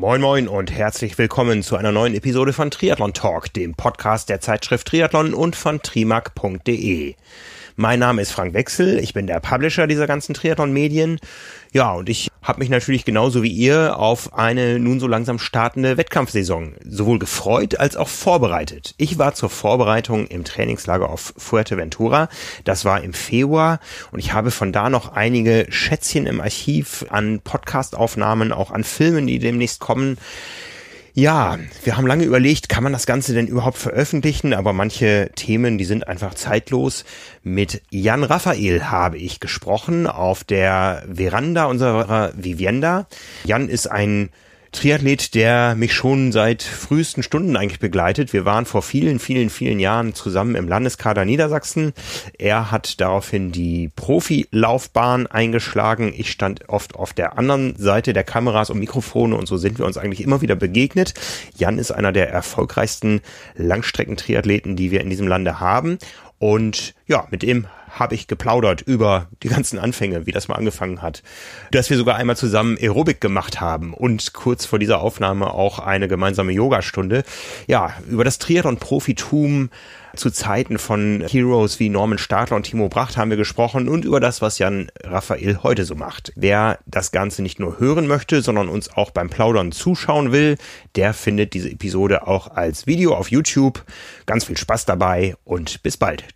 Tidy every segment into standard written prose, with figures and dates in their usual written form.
Moin Moin und herzlich willkommen zu einer neuen Episode von Triathlon Talk, dem Podcast der Zeitschrift Triathlon und von trimark.de. Mein Name ist Frank Wechsel, ich bin der Publisher dieser ganzen Triathlon-Medien. Ja, und ich habe mich natürlich genauso wie ihr auf eine nun so langsam startende Wettkampfsaison sowohl gefreut als auch vorbereitet. Ich war zur Vorbereitung im Trainingslager auf Fuerteventura. Das war im Februar und ich habe von da noch einige Schätzchen im Archiv an Podcastaufnahmen, auch an Filmen, die demnächst kommen. Ja, wir haben lange überlegt, kann man das Ganze denn überhaupt veröffentlichen, aber manche Themen, die sind einfach zeitlos. Mit Jan Raphael habe ich gesprochen auf der Veranda unserer Vivienda. Jan ist ein Triathlet, der mich schon seit frühesten Stunden eigentlich begleitet. Wir waren vor vielen Jahren zusammen im Landeskader Niedersachsen. Er hat daraufhin die Profilaufbahn eingeschlagen. Ich stand oft auf der anderen Seite der Kameras und Mikrofone und so sind wir uns eigentlich immer wieder begegnet. Jan ist einer der erfolgreichsten Langstreckentriathleten, die wir in diesem Lande haben. Und ja, mit ihm habe ich geplaudert über die ganzen Anfänge, wie das mal angefangen hat, dass wir sogar einmal zusammen Aerobic gemacht haben und kurz vor dieser Aufnahme auch eine gemeinsame Yogastunde. Ja, über das Triathlon-Profitum zu Zeiten von Heroes wie Norman Stadler und Timo Bracht haben wir gesprochen und über das, was Jan Raphael heute so macht. Wer das Ganze nicht nur hören möchte, sondern uns auch beim Plaudern zuschauen will, der findet diese Episode auch als Video auf YouTube. Ganz viel Spaß dabei und bis bald.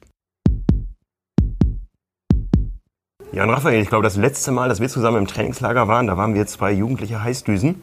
Jan Raphael, ich glaube, das letzte Mal, dass wir zusammen im Trainingslager waren, da waren wir zwei jugendliche Heißdüsen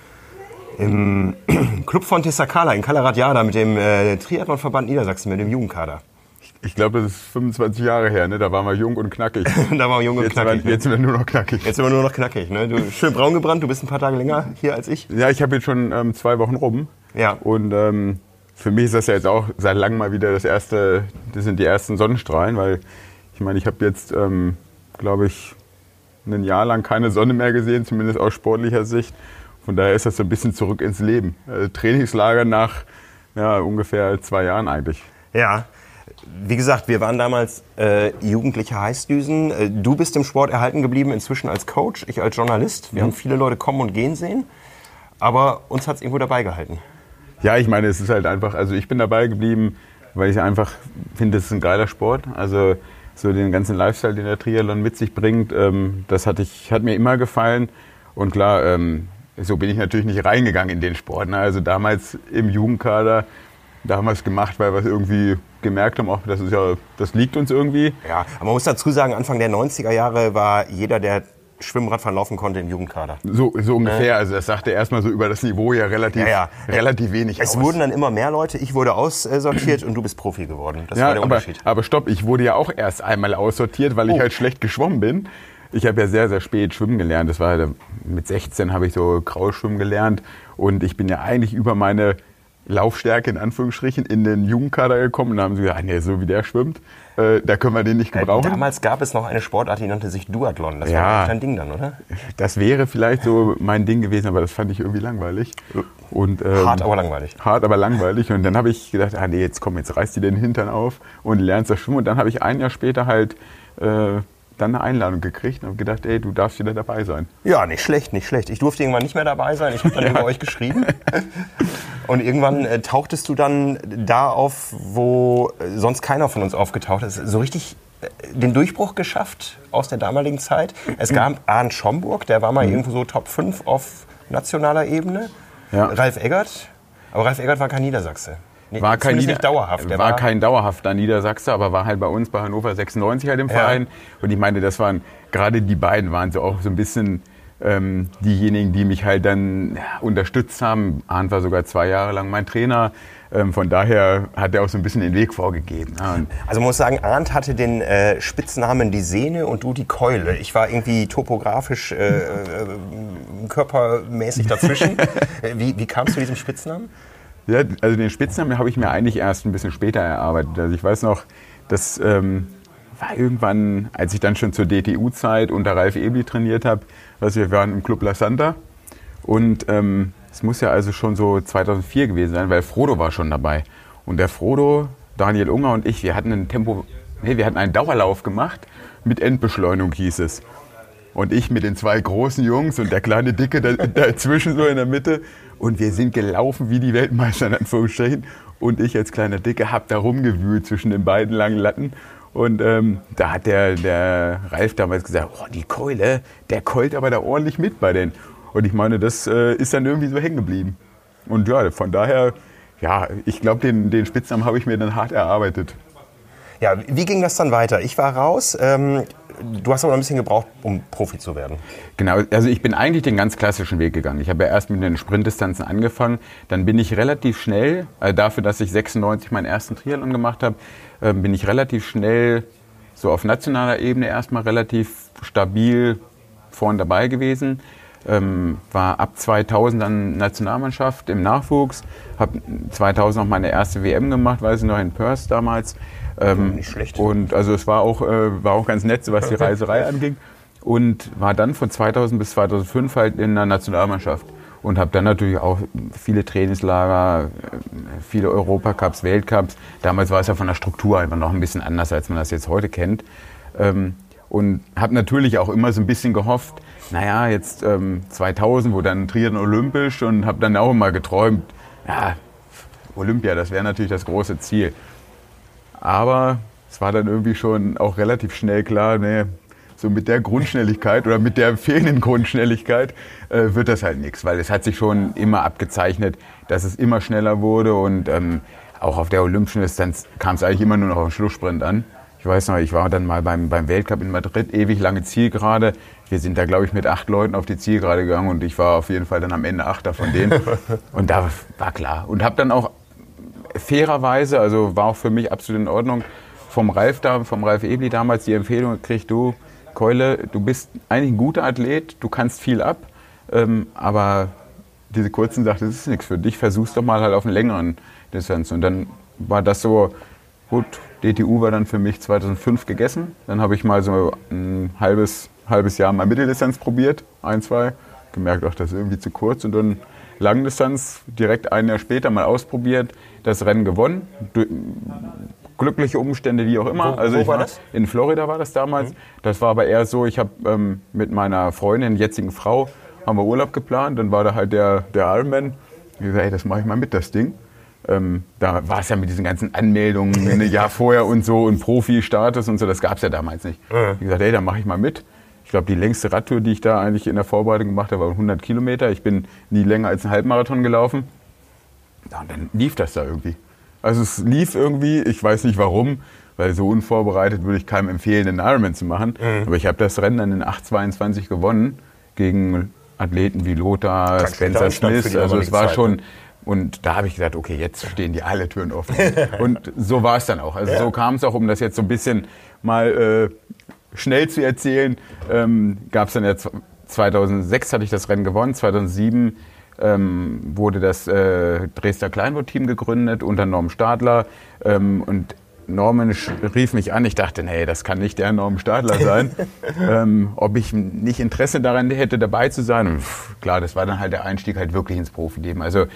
im Club von Tessakala in Kalaradiada mit dem Triathlonverband Niedersachsen, mit dem Jugendkader. Ich glaube, das ist 25 Jahre her, ne? Da waren wir jung und knackig. Da waren wir jung und knackig. Jetzt sind wir nur noch knackig. Jetzt sind wir nur noch knackig, ne? Du schön braun gebrannt, du bist ein paar Tage länger hier als ich. Ja, ich habe jetzt schon 2 Wochen rum. Ja. Und für mich ist das ja jetzt auch seit langem mal wieder das sind die ersten Sonnenstrahlen, weil ich meine, ich habe jetzt, glaube ich, ein Jahr lang keine Sonne mehr gesehen, zumindest aus sportlicher Sicht. Von daher ist das so ein bisschen zurück ins Leben. Trainingslager nach ungefähr 2 Jahren eigentlich. Ja, wie gesagt, wir waren damals jugendliche Heißdüsen. Du bist im Sport erhalten geblieben, inzwischen als Coach, ich als Journalist. Wir haben viele Leute kommen und gehen sehen, aber uns hat es irgendwo dabei gehalten. Ja, ich meine, es ist halt einfach, also ich bin dabei geblieben, weil ich einfach finde, es ist ein geiler Sport. Also so den ganzen Lifestyle, den der Triathlon mit sich bringt, das hat mir immer gefallen. Und klar, so bin ich natürlich nicht reingegangen in den Sport. Ne? Also damals im Jugendkader, da haben wir es gemacht, weil wir es irgendwie gemerkt haben, auch das liegt uns irgendwie. Ja, aber man muss dazu sagen, Anfang der 90er Jahre war jeder, der Schwimmradfahren laufen konnte, im Jugendkader. So ungefähr, also das sagte erstmal so über das Niveau ja relativ wenig aus. Es wurden dann immer mehr Leute, ich wurde aussortiert und du bist Profi geworden. Das war der Unterschied. Aber stopp, ich wurde ja auch erst einmal aussortiert, weil ich halt schlecht geschwommen bin. Ich habe ja sehr, sehr spät schwimmen gelernt. Das war mit 16 habe ich so Kraulschwimmen gelernt und ich bin ja eigentlich über meine Laufstärke in Anführungsstrichen in den Jugendkader gekommen und da haben sie gesagt, nee, so wie der schwimmt, da können wir den nicht gebrauchen. Damals gab es noch eine Sportart, die nannte sich Duathlon. Das war dein Ding dann, oder? Das wäre vielleicht so mein Ding gewesen, aber das fand ich irgendwie langweilig. Und, hart, aber langweilig. Hart, aber langweilig. Und dann habe ich gedacht, nee, jetzt reißt die den Hintern auf und lernst das Schwimmen. Und dann habe ich ein Jahr später halt dann eine Einladung gekriegt und habe gedacht, ey, du darfst wieder dabei sein. Ja, nicht schlecht. Ich durfte irgendwann nicht mehr dabei sein. Ich habe dann über euch geschrieben. Und irgendwann tauchtest du dann da auf, wo sonst keiner von uns aufgetaucht ist. So richtig den Durchbruch geschafft aus der damaligen Zeit. Es gab Arndt Schomburg, der war mal irgendwo so Top 5 auf nationaler Ebene. Ja. Ralf Eggert. Aber Ralf Eggert war kein Niedersachse. War kein dauerhafter Niedersachse, aber war halt bei uns bei Hannover 96 halt im Verein. Und ich meine, gerade die beiden waren so auch so ein bisschen diejenigen, die mich halt dann unterstützt haben. Arndt war sogar 2 Jahre lang mein Trainer. Von daher hat er auch so ein bisschen den Weg vorgegeben. Also man muss sagen, Arndt hatte den Spitznamen die Sehne und du die Keule. Ich war irgendwie topografisch, körpermäßig dazwischen. Wie kamst du zu diesem Spitznamen? Ja, also den Spitznamen habe ich mir eigentlich erst ein bisschen später erarbeitet. Also ich weiß noch, das war irgendwann, als ich dann schon zur DTU-Zeit unter Ralf Ebli trainiert habe, wir waren im Club La Santa und es muss ja also schon so 2004 gewesen sein, weil Frodo war schon dabei. Und der Frodo, Daniel Unger und ich, wir hatten einen Dauerlauf gemacht, mit Endbeschleunigung hieß es. Und ich mit den 2 großen Jungs und der kleine Dicke dazwischen so in der Mitte. Und wir sind gelaufen wie die Weltmeister in Anführungsstrichen. Und ich als kleiner Dicke habe da rumgewühlt zwischen den beiden langen Latten. Und da hat der Ralf damals gesagt, oh, die Keule, der keult aber da ordentlich mit bei denen. Und ich meine, das ist dann irgendwie so hängen geblieben. Und ja, von daher, ja, ich glaube, den Spitznamen habe ich mir dann hart erarbeitet. Ja, wie ging das dann weiter? Ich war raus. Du hast aber noch ein bisschen gebraucht, um Profi zu werden. Genau, also ich bin eigentlich den ganz klassischen Weg gegangen. Ich habe ja erst mit den Sprintdistanzen angefangen. Dann bin ich relativ schnell, dafür, dass ich 96 meinen ersten Triathlon gemacht habe, bin ich relativ schnell so auf nationaler Ebene erstmal relativ stabil vorn dabei gewesen. War ab 2000 dann Nationalmannschaft im Nachwuchs. Habe 2000 noch meine erste WM gemacht, weiß ich noch, in Perth damals. Nicht schlecht. Und also es war auch ganz nett, was die Reiserei anging. Und war dann von 2000 bis 2005 halt in der Nationalmannschaft. Und habe dann natürlich auch viele Trainingslager, viele Europacups, Weltcups. Damals war es ja von der Struktur einfach noch ein bisschen anders, als man das jetzt heute kennt. Und habe natürlich auch immer so ein bisschen gehofft, naja, jetzt 2000, wo dann Triathlon olympisch, und habe dann auch immer geträumt, ja, Olympia, das wäre natürlich das große Ziel. Aber es war dann irgendwie schon auch relativ schnell klar, nee, so mit der Grundschnelligkeit oder mit der fehlenden Grundschnelligkeit wird das halt nichts. Weil es hat sich schon immer abgezeichnet, dass es immer schneller wurde. Und auch auf der olympischen Distanz kam es eigentlich immer nur noch auf den Schlusssprint an. Ich weiß noch, ich war dann mal beim Weltcup in Madrid, ewig lange Zielgerade. Wir sind da, glaube ich, mit 8 Leuten auf die Zielgerade gegangen und ich war auf jeden Fall dann am Ende 8. von denen. Und da war klar. Und habe dann auch fairerweise, also war auch für mich absolut in Ordnung, vom Ralf Ebli damals die Empfehlung gekriegt, du Keule, du bist eigentlich ein guter Athlet, du kannst viel ab, aber diese kurzen Sachen, das ist nichts für dich, versuch's doch mal halt auf einen längeren Distanz. Und dann war das so, gut, DTU war dann für mich 2005 gegessen, dann habe ich mal so ein halbes Jahr mal Mitteldistanz probiert, 1, 2, gemerkt, ach, das ist irgendwie zu kurz, und dann Langdistanz direkt ein Jahr später mal ausprobiert, das Rennen gewonnen. Glückliche Umstände, wie auch immer. Wo war das? In Florida war das damals. Das war aber eher so, ich habe mit meiner Freundin, jetzigen Frau, haben wir Urlaub geplant. Dann war da halt der Ironman. Ich gesagt, ey, das mache ich mal mit, das Ding. Da war es ja mit diesen ganzen Anmeldungen ein Jahr vorher und so und Profi-Status und so, das gab es ja damals nicht. Ich gesagt, ey, da mache ich mal mit. Ich glaube, die längste Radtour, die ich da eigentlich in der Vorbereitung gemacht habe, war 100 Kilometer. Ich bin nie länger als einen Halbmarathon gelaufen. Ja, und dann lief das da irgendwie. Also es lief irgendwie, ich weiß nicht warum, weil so unvorbereitet würde ich keinem empfehlen, den Ironman zu machen. Aber ich habe das Rennen dann in 8,22 gewonnen gegen Athleten wie Lothar, Spencer Smith. Also es war schon, und da habe ich gesagt, okay, jetzt stehen die alle Türen offen. Und so war es dann auch. Also so kam es auch, um das jetzt so ein bisschen mal schnell zu erzählen, gab es dann ja 2006 hatte ich das Rennen gewonnen, 2007 wurde das Dresdner Kleinboot-Team gegründet unter Norman Stadler, und Norman rief mich an, ich dachte, nee, das kann nicht der Norman Stadler sein, ob ich nicht Interesse daran hätte, dabei zu sein. Und klar, das war dann halt der Einstieg halt wirklich ins Profileben. Also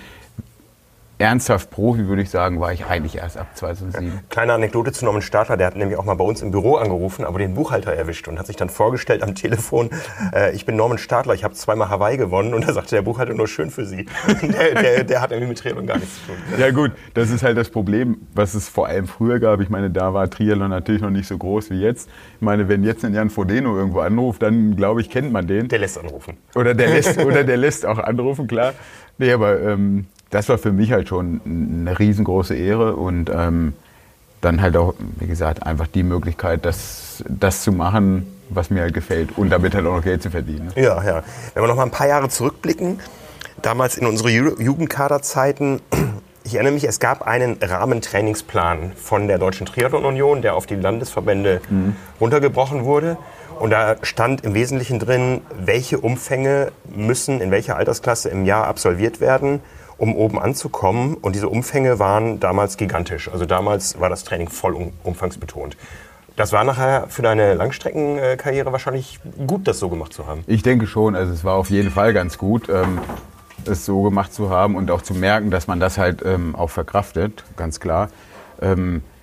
ernsthaft Profi, würde ich sagen, war ich eigentlich erst ab 2007. Kleine Anekdote zu Norman Stadler, der hat nämlich auch mal bei uns im Büro angerufen, aber den Buchhalter erwischt und hat sich dann vorgestellt am Telefon, ich bin Norman Stadler, ich habe 2-mal Hawaii gewonnen, und da sagte der Buchhalter, nur schön für Sie. Der hat irgendwie mit Triathlon gar nichts zu tun. Ja gut, das ist halt das Problem, was es vor allem früher gab. Ich meine, da war Triathlon natürlich noch nicht so groß wie jetzt. Ich meine, wenn jetzt ein Jan Frodeno irgendwo anruft, dann glaube ich, kennt man den. Der lässt anrufen. Oder der lässt auch anrufen, klar. Nee, aber das war für mich halt schon eine riesengroße Ehre, und dann halt auch, wie gesagt, einfach die Möglichkeit, das zu machen, was mir halt gefällt, und damit halt auch noch Geld zu verdienen. Ja, ja. Wenn wir noch mal ein paar Jahre zurückblicken, damals in unsere Jugendkaderzeiten, ich erinnere mich, es gab einen Rahmentrainingsplan von der Deutschen Triathlon-Union, der auf die Landesverbände runtergebrochen wurde. Und da stand im Wesentlichen drin, welche Umfänge müssen in welcher Altersklasse im Jahr absolviert werden, um oben anzukommen. Und diese Umfänge waren damals gigantisch. Also damals war das Training voll umfangsbetont. Das war nachher für deine Langstreckenkarriere wahrscheinlich gut, das so gemacht zu haben. Ich denke schon. Also es war auf jeden Fall ganz gut, es so gemacht zu haben und auch zu merken, dass man das halt auch verkraftet, ganz klar.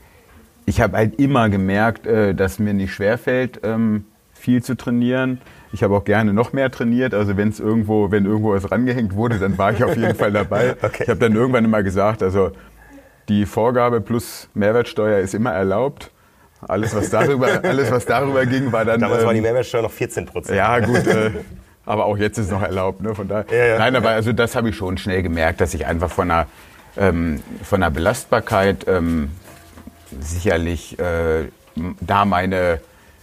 Ich habe halt immer gemerkt, dass mir nicht schwerfällt, viel zu trainieren. Ich habe auch gerne noch mehr trainiert. Also wenn irgendwo was rangehängt wurde, dann war ich auf jeden Fall dabei. Okay. Ich habe dann irgendwann immer gesagt, also die Vorgabe plus Mehrwertsteuer ist immer erlaubt. Alles, was darüber ging, war dann... Damals war die Mehrwertsteuer noch 14%. Ja, gut. Aber auch jetzt ist es noch erlaubt. Ne? Von daher, ja. Nein, aber also das habe ich schon schnell gemerkt, dass ich einfach von der Belastbarkeit sicherlich da meine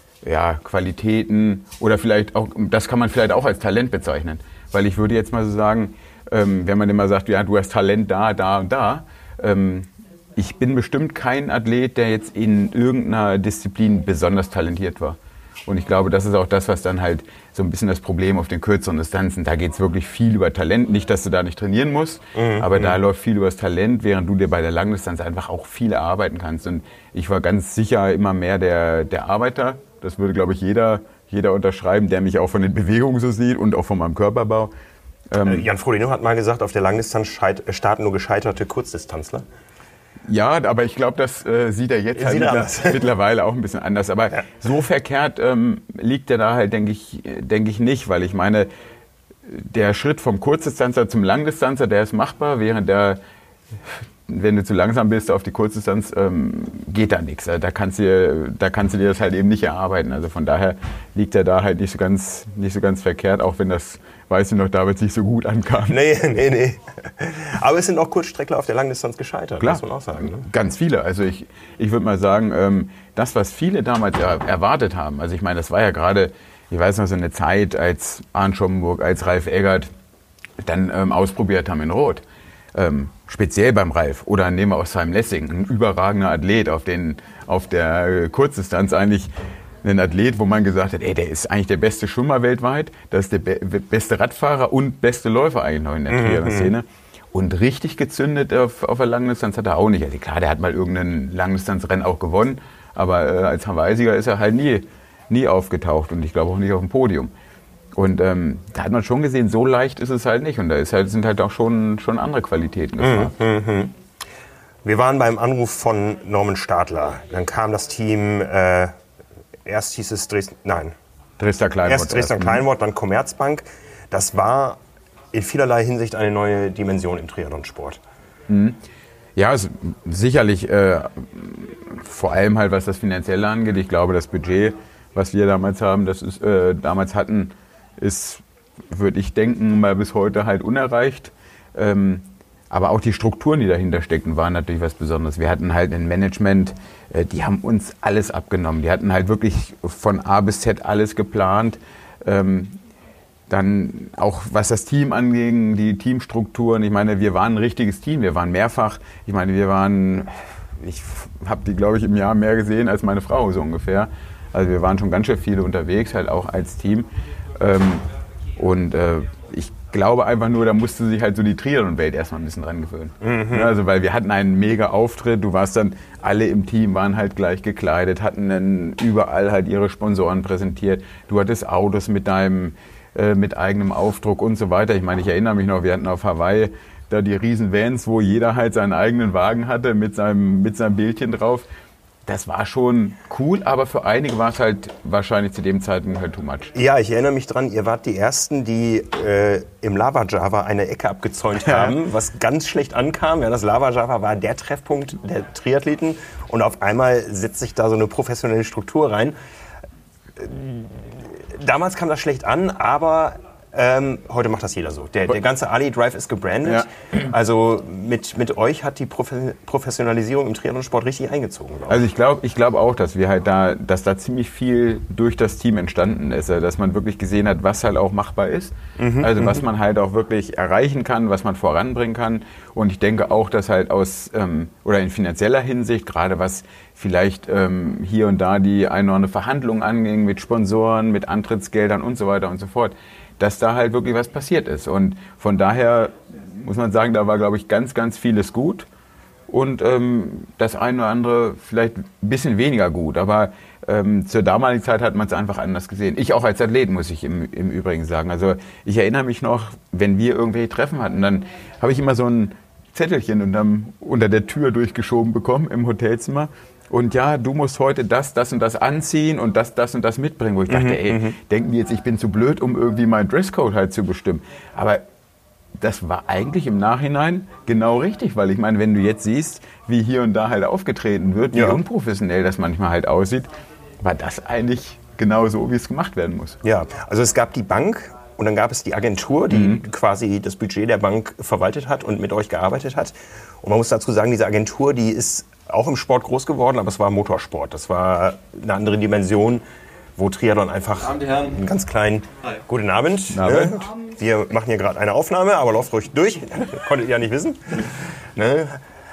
Qualitäten oder vielleicht auch, das kann man vielleicht auch als Talent bezeichnen. Weil ich würde jetzt mal so sagen, wenn man immer sagt, ja, du hast Talent da und da, ich bin bestimmt kein Athlet, der jetzt in irgendeiner Disziplin besonders talentiert war. Und ich glaube, das ist auch das, was dann halt so ein bisschen das Problem auf den kürzeren Distanzen, da geht es wirklich viel über Talent. Nicht, dass du da nicht trainieren musst, aber da läuft viel über das Talent, während du dir bei der Langdistanz einfach auch viel erarbeiten kannst. Und ich war ganz sicher immer mehr der Arbeiter. Das würde, glaube ich, jeder unterschreiben, der mich auch von den Bewegungen so sieht und auch von meinem Körperbau. Jan Frodeno hat mal gesagt, auf der Langdistanz starten nur gescheiterte Kurzdistanzler. Ja, aber ich glaube, das sieht er jetzt halt mittlerweile auch ein bisschen anders. Aber so verkehrt liegt er da halt, denke ich nicht. Weil ich meine, der Schritt vom Kurzdistanzer zum Langdistanzer, der ist machbar, während wenn du zu langsam bist auf die Kurzdistanz, geht da nichts. Da kannst du dir das halt eben nicht erarbeiten. Also von daher liegt er da halt nicht so ganz verkehrt, auch wenn das, weiß ich noch, damals nicht so gut ankam. Nee. Aber es sind auch Kurzstreckler auf der Langdistanz gescheitert, klar, muss man auch sagen. Ne? Ganz viele. Also ich würde mal sagen, das, was viele damals erwartet haben, also ich meine, das war ja gerade, ich weiß noch, so eine Zeit, als Arndt Schomburg, als Ralf Eggert dann ausprobiert haben in Rot. Speziell beim Ralf oder nehmen wir aus Simon Lessing, ein überragender Athlet auf der Kurzdistanz, eigentlich ein Athlet, wo man gesagt hat, der ist eigentlich der beste Schwimmer weltweit, das ist der beste Radfahrer und beste Läufer eigentlich noch in der Triathlon-Szene. Und richtig gezündet auf der Langdistanz hat er auch nicht. Also klar, der hat mal irgendein Langdistanzrennen auch gewonnen, aber als Hawaii-Sieger ist er halt nie aufgetaucht und ich glaube auch nicht auf dem Podium. Und da hat man schon gesehen, so leicht ist es halt nicht. Und da sind halt auch schon andere Qualitäten gefragt. Wir waren beim Anruf von Norman Stadler. Dann kam das Team, erst hieß es Dresdner Kleinwort. Erst Dresdner Kleinwort, dann Commerzbank. Das war in vielerlei Hinsicht eine neue Dimension im Triathlonsport. Ja, also sicherlich vor allem halt, was das Finanzielle angeht. Ich glaube, das Budget, was wir damals hatten, ist, würde ich denken, mal bis heute halt unerreicht. Aber auch die Strukturen, die dahinter steckten, waren natürlich was Besonderes. Wir hatten halt ein Management, die haben uns alles abgenommen. Die hatten halt wirklich von A bis Z alles geplant. Dann auch, was das Team anging, die Teamstrukturen. Ich meine, wir waren ein richtiges Team. Wir waren mehrfach. Ich meine, ich habe die, glaube ich, im Jahr mehr gesehen als meine Frau so ungefähr. Also wir waren schon ganz schön viele unterwegs, halt auch als Team. Ich glaube einfach nur, da musste sich halt so die Triathlon-Welt erstmal ein bisschen dran gewöhnen. Ja, also weil wir hatten einen mega Auftritt, du warst dann, alle im Team waren halt gleich gekleidet, hatten dann überall halt ihre Sponsoren präsentiert. Du hattest Autos mit eigenem Aufdruck und so weiter. Ich meine, ich erinnere mich noch, wir hatten auf Hawaii da die riesen Vans, wo jeder halt seinen eigenen Wagen hatte mit seinem Bildchen drauf. Das war schon cool, aber für einige war es halt wahrscheinlich zu dem Zeitpunkt halt too much. Ja, ich erinnere mich dran, ihr wart die Ersten, die im Lava Java eine Ecke abgezäunt haben, was ganz schlecht ankam. Ja, das Lava Java war der Treffpunkt der Triathleten und auf einmal setzt sich da so eine professionelle Struktur rein. Damals kam das schlecht an, aber heute macht das jeder so. Der ganze Ali Drive ist gebrandet. Ja. Also mit euch hat die Professionalisierung im Triathlonsport richtig eingezogen. Also ich glaube auch, dass dass da ziemlich viel durch das Team entstanden ist. Dass man wirklich gesehen hat, was halt auch machbar ist. Also was man halt auch wirklich erreichen kann, was man voranbringen kann. Und ich denke auch, dass halt oder in finanzieller Hinsicht, gerade was vielleicht hier und da die eine oder andere Verhandlung anging mit Sponsoren, mit Antrittsgeldern und so weiter und so fort, dass da halt wirklich was passiert ist. Und von daher muss man sagen, da war, glaube ich, ganz, ganz vieles gut und das eine oder andere vielleicht ein bisschen weniger gut. Aber zur damaligen Zeit hat man es einfach anders gesehen. Ich auch als Athlet, muss ich im Übrigen sagen. Also ich erinnere mich noch, wenn wir irgendwelche Treffen hatten, dann habe ich immer so ein Zettelchen unter der Tür durchgeschoben bekommen im Hotelzimmer. und ja, du musst heute das und das anziehen und das und das mitbringen, wo ich dachte, denken die jetzt, ich bin zu blöd, um irgendwie meinen Dresscode halt zu bestimmen. Aber das war eigentlich im Nachhinein genau richtig, weil ich meine, wenn du jetzt siehst, wie hier und da halt aufgetreten wird, wie unprofessionell das manchmal halt aussieht, war das eigentlich genau so, wie es gemacht werden muss. Ja, also es gab die Bank und dann gab es die Agentur, die quasi das Budget der Bank verwaltet hat und mit euch gearbeitet hat. Und man muss dazu sagen, diese Agentur, die ist auch im Sport groß geworden, aber es war Motorsport. Das war eine andere Dimension, wo Triathlon einfach einen ganz kleinen... Guten Abend. Ne? Wir machen hier gerade eine Aufnahme, aber lauft ruhig durch. Konntet ihr ja nicht wissen. Ne?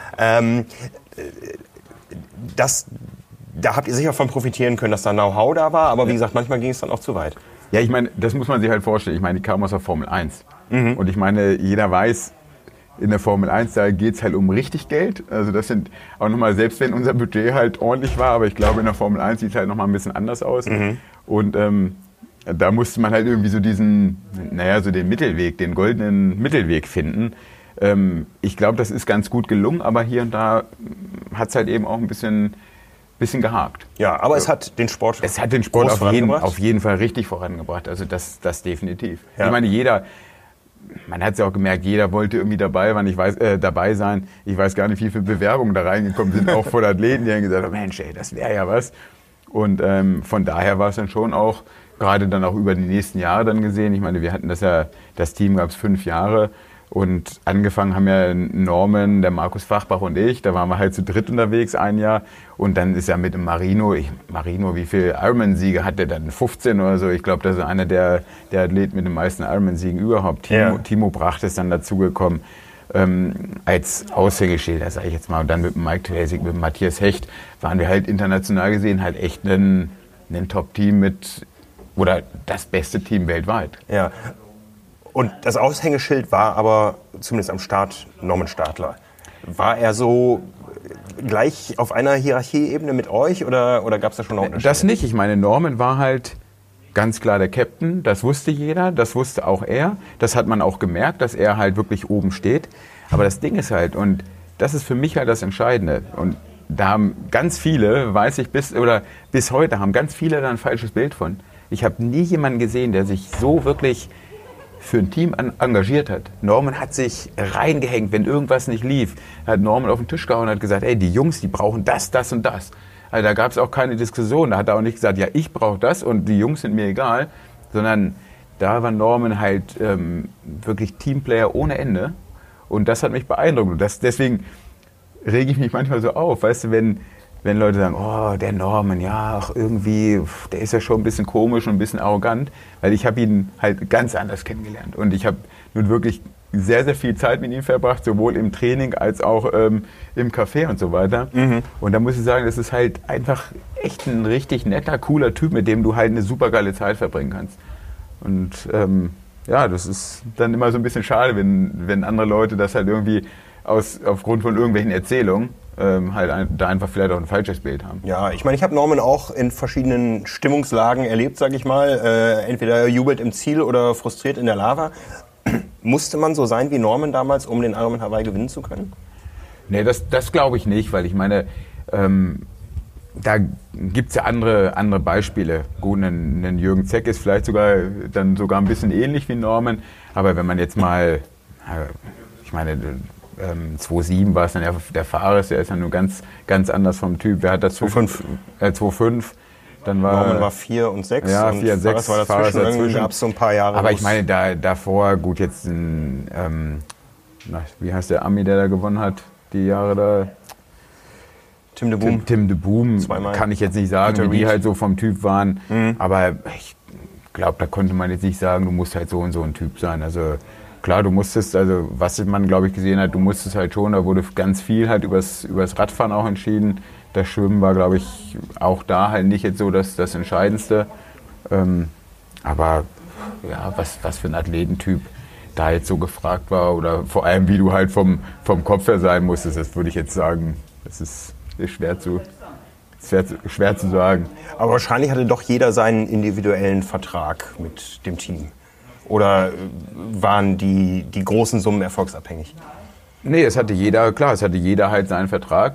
Da habt ihr sicher von profitieren können, dass da Know-how da war, aber wie gesagt, manchmal ging es dann auch zu weit. Ja, ich meine, das muss man sich halt vorstellen. Ich meine, die kamen aus der Formel 1. Und ich meine, jeder weiß, in der Formel 1, da geht es halt um richtig Geld. Also das sind auch nochmal, selbst wenn unser Budget halt ordentlich war, aber ich glaube, in der Formel 1 sieht es halt nochmal ein bisschen anders aus. Und da musste man halt irgendwie so diesen, so den Mittelweg, den goldenen Mittelweg finden. Ich glaube, das ist ganz gut gelungen, aber hier und da hat es halt eben auch ein bisschen gehakt. Ja, aber es hat den Sport auf jeden Fall richtig vorangebracht. Also das definitiv. Ja. Ich meine, man hat es ja auch gemerkt, jeder wollte irgendwie dabei sein. Ich weiß gar nicht, wie viele Bewerbungen da reingekommen sind, auch von Athleten, die haben gesagt, Mensch, ey, das wäre ja was. Und von daher war es dann schon auch, gerade dann auch über die nächsten Jahre dann gesehen. Ich meine, wir hatten das Team gab es 5 Jahre. Und angefangen haben ja Norman, der Markus Fachbach und ich. Da waren wir halt zu dritt unterwegs ein Jahr. Und dann ist ja mit dem Marino, wie viele Ironman-Siege hat der dann? 15 oder so. Ich glaube, das ist einer der Athleten mit den meisten Ironman-Siegen überhaupt. Timo Bracht ist dann dazugekommen als Aushängeschilder, sage ich jetzt mal. Und dann mit dem Mike Trasik, mit dem Matthias Hecht waren wir halt international gesehen halt echt ein Top-Team oder das beste Team weltweit. Ja. Und das Aushängeschild war aber zumindest am Start Norman Stadler. War er so gleich auf einer Hierarchieebene mit euch oder gab es da schon noch Unterschiede? Das nicht. Ich meine, Norman war halt ganz klar der Captain. Das wusste jeder, das wusste auch er. Das hat man auch gemerkt, dass er halt wirklich oben steht. Aber das Ding ist halt, und das ist für mich halt das Entscheidende. Und da haben ganz viele, weiß ich, bis heute haben ganz viele da ein falsches Bild von. Ich habe nie jemanden gesehen, der sich so wirklich für ein Team engagiert hat. Norman hat sich reingehängt, wenn irgendwas nicht lief. Hat Norman auf den Tisch gehauen und hat gesagt, ey, die Jungs, die brauchen das und das. Also da gab es auch keine Diskussion. Da hat er auch nicht gesagt, ja, ich brauche das und die Jungs sind mir egal. Sondern da war Norman halt wirklich Teamplayer ohne Ende. Und das hat mich beeindruckt. Und deswegen rege ich mich manchmal so auf. Weißt du, wenn Leute sagen, oh, der Norman, ja, ach, irgendwie, der ist ja schon ein bisschen komisch und ein bisschen arrogant, weil ich habe ihn halt ganz anders kennengelernt. Und ich habe nun wirklich sehr, sehr viel Zeit mit ihm verbracht, sowohl im Training als auch im Café und so weiter. Und da muss ich sagen, das ist halt einfach echt ein richtig netter, cooler Typ, mit dem du halt eine super geile Zeit verbringen kannst. Und das ist dann immer so ein bisschen schade, wenn andere Leute das halt irgendwie aufgrund von irgendwelchen Erzählungen da einfach vielleicht auch ein falsches Bild haben. Ja, ich meine, ich habe Norman auch in verschiedenen Stimmungslagen erlebt, sage ich mal. Entweder jubelt im Ziel oder frustriert in der Lava. Musste man so sein wie Norman damals, um den Ironman Hawaii gewinnen zu können? Nee, das glaube ich nicht, weil ich meine, da gibt es ja andere Beispiele. Gut, ein Jürgen Zeck ist vielleicht sogar ein bisschen ähnlich wie Norman, aber wenn man jetzt mal, ich meine, 2,7 war es dann ja der Fares, der ist ja nur ganz, ganz anders vom Typ. Wer hat das? 2,5. Dann Norman war 4 und 6. Ja, 4 und 6. Fares war dazwischen. Gab es so ein paar Jahre. Aber ich meine, davor, gut, jetzt wie heißt der Ami, der da gewonnen hat, die Jahre da? Tim de Boom. Tim de Boom, zweimal. Kann ich jetzt nicht sagen, Peter wie die Reed. halt so vom Typ waren. Aber ich glaube, da konnte man jetzt nicht sagen, du musst halt so und so ein Typ sein. Also klar, du musstest, also was man, glaube ich, gesehen hat, du musstest halt schon, da wurde ganz viel halt übers Radfahren auch entschieden. Das Schwimmen war, glaube ich, auch da halt nicht jetzt so das Entscheidendste. Aber ja, was für ein Athletentyp da jetzt so gefragt war oder vor allem, wie du halt vom Kopf her sein musstest, das würde ich jetzt sagen, das ist schwer zu sagen. Aber wahrscheinlich hatte doch jeder seinen individuellen Vertrag mit dem Team. Oder waren die großen Summen erfolgsabhängig? Nee, es hatte jeder halt seinen Vertrag.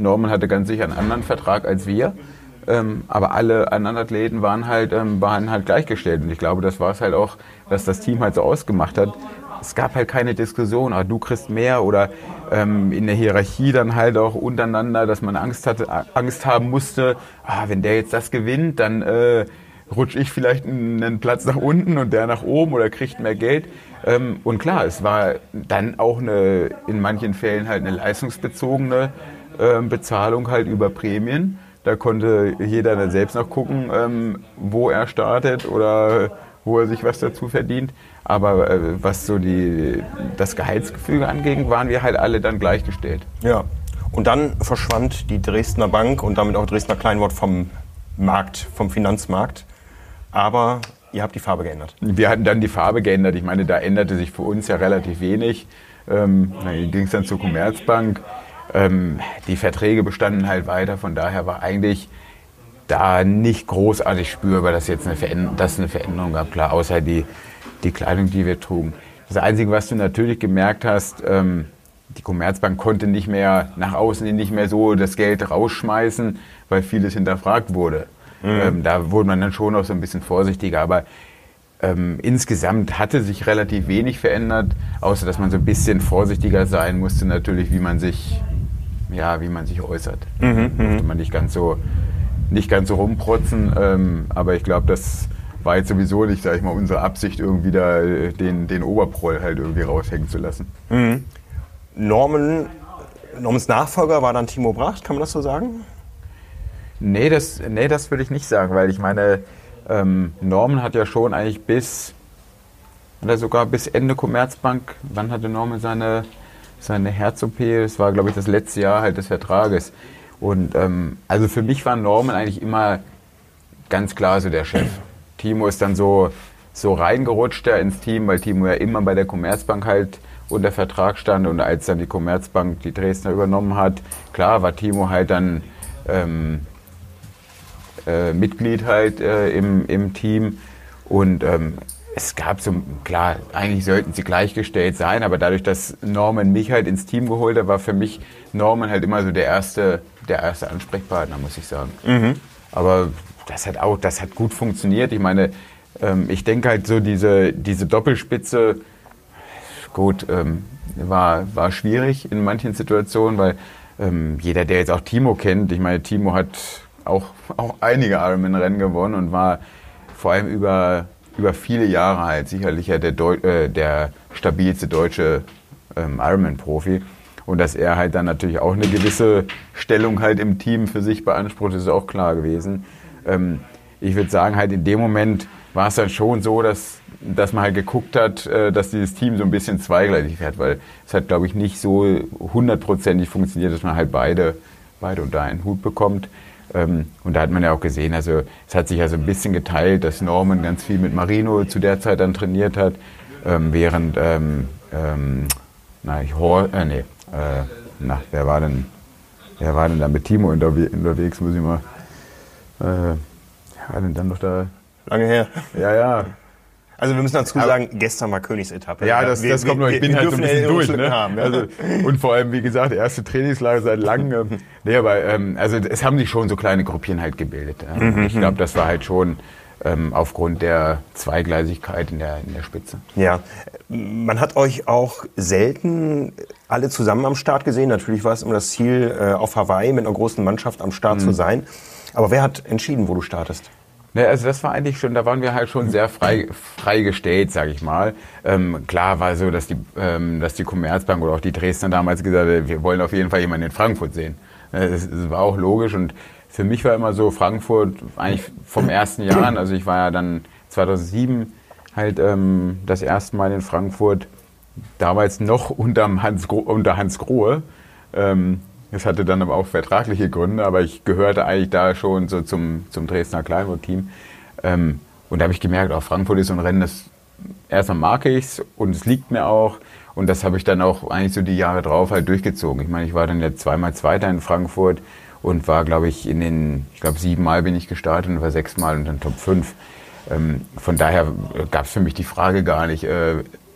Norman hatte ganz sicher einen anderen Vertrag als wir. Aber alle anderen Athleten waren halt gleichgestellt. Und ich glaube, das war es halt auch, was das Team halt so ausgemacht hat. Es gab halt keine Diskussion, du kriegst mehr oder in der Hierarchie dann halt auch untereinander, dass man Angst haben musste, wenn der jetzt das gewinnt, dann rutsche ich vielleicht einen Platz nach unten und der nach oben oder kriegt mehr Geld. Und klar, es war dann auch in manchen Fällen halt eine leistungsbezogene Bezahlung halt über Prämien. Da konnte jeder dann selbst noch gucken, wo er startet oder wo er sich was dazu verdient. Aber was so das Gehaltsgefüge anging, waren wir halt alle dann gleichgestellt. Ja, und dann verschwand die Dresdner Bank und damit auch Dresdner Kleinwort vom Markt, vom Finanzmarkt. Aber ihr habt die Farbe geändert. Wir hatten dann die Farbe geändert. Ich meine, da änderte sich für uns ja relativ wenig. Dann ging es dann zur Commerzbank. Die Verträge bestanden halt weiter. Von daher war eigentlich da nicht großartig spürbar, dass jetzt eine Veränderung gab. Klar, außer die Kleidung, die wir trugen. Das Einzige, was du natürlich gemerkt hast, die Commerzbank konnte nicht mehr nach außen hin nicht mehr so das Geld rausschmeißen, weil vieles hinterfragt wurde. Da wurde man dann schon noch so ein bisschen vorsichtiger, aber insgesamt hatte sich relativ wenig verändert, außer dass man so ein bisschen vorsichtiger sein musste natürlich, wie man sich äußert. Durfte man nicht ganz so rumprotzen, aber ich glaube, das war jetzt sowieso nicht, sag ich mal, unsere Absicht, irgendwie da den Oberproll halt irgendwie raushängen zu lassen. Normans Nachfolger war dann Timo Bracht, kann man das so sagen? Nee, das würde ich nicht sagen, weil ich meine, Norman hat ja schon eigentlich bis Ende Commerzbank, wann hatte Norman seine Herz-OP? Das war, glaube ich, das letzte Jahr halt des Vertrages. Und also für mich war Norman eigentlich immer ganz klar so der Chef. Timo ist dann so reingerutscht ins Team, weil Timo ja immer bei der Commerzbank halt unter Vertrag stand. Und als dann die Commerzbank die Dresdner übernommen hat, klar war Timo halt dann Mitglied halt im Team. Und es gab klar, eigentlich sollten sie gleichgestellt sein, aber dadurch, dass Norman mich halt ins Team geholt hat, war für mich Norman halt immer so der erste Ansprechpartner, muss ich sagen. Aber das hat gut funktioniert. Ich meine, ich denke halt so diese Doppelspitze, gut, war schwierig in manchen Situationen, weil jeder, der jetzt auch Timo kennt, ich meine, Timo hat auch einige Ironman-Rennen gewonnen und war vor allem über viele Jahre halt sicherlich ja der stabilste deutsche Ironman-Profi. Und dass er halt dann natürlich auch eine gewisse Stellung halt im Team für sich beansprucht, ist auch klar gewesen. Ich würde sagen, halt in dem Moment war es dann schon so, dass man halt geguckt hat, dass dieses Team so ein bisschen zweigleisig fährt, weil es hat, glaube ich, nicht so 100%ig funktioniert, dass man halt beide unter einen Hut bekommt. Und da hat man ja auch gesehen, also es hat sich ja so ein bisschen geteilt, dass Norman ganz viel mit Marino zu der Zeit dann trainiert hat, während wer war denn da mit Timo unterwegs, muss ich mal, wer war denn dann noch da? Lange her. Ja. Also wir müssen dazu sagen, gestern war Königsetappe. Ja, das kommt noch, ich bin halt so ein bisschen durch. Ne? Haben, ja. Also, und vor allem, wie gesagt, erste Trainingslager seit langem. Also es haben sich schon so kleine Gruppchen halt gebildet. Ich glaube, das war halt schon aufgrund der Zweigleisigkeit in der Spitze. Ja, man hat euch auch selten alle zusammen am Start gesehen. Natürlich war es immer das Ziel, auf Hawaii mit einer großen Mannschaft am Start zu sein. Aber wer hat entschieden, wo du startest? Ne, also das war eigentlich schon, da waren wir halt schon sehr freigestellt, sage ich mal. Klar war so, dass die Commerzbank oder auch die Dresdner damals gesagt hat, wir wollen auf jeden Fall jemanden in Frankfurt sehen. Das war auch logisch und für mich war immer so Frankfurt eigentlich vom ersten Jahr an, also ich war ja dann 2007 halt das erste Mal in Frankfurt, damals noch unter Hans Grohe. Das hatte dann aber auch vertragliche Gründe, aber ich gehörte eigentlich da schon so zum Dresdner Kleinwort-Team. Und da habe ich gemerkt, auch Frankfurt ist so ein Rennen, das erstmal mag ich es und es liegt mir auch. Und das habe ich dann auch eigentlich so die Jahre drauf halt durchgezogen. Ich meine, ich war dann ja zweimal Zweiter in Frankfurt und war, glaube ich, 7 Mal bin ich gestartet und war 6 Mal und dann Top 5. Von daher gab es für mich die Frage gar nicht,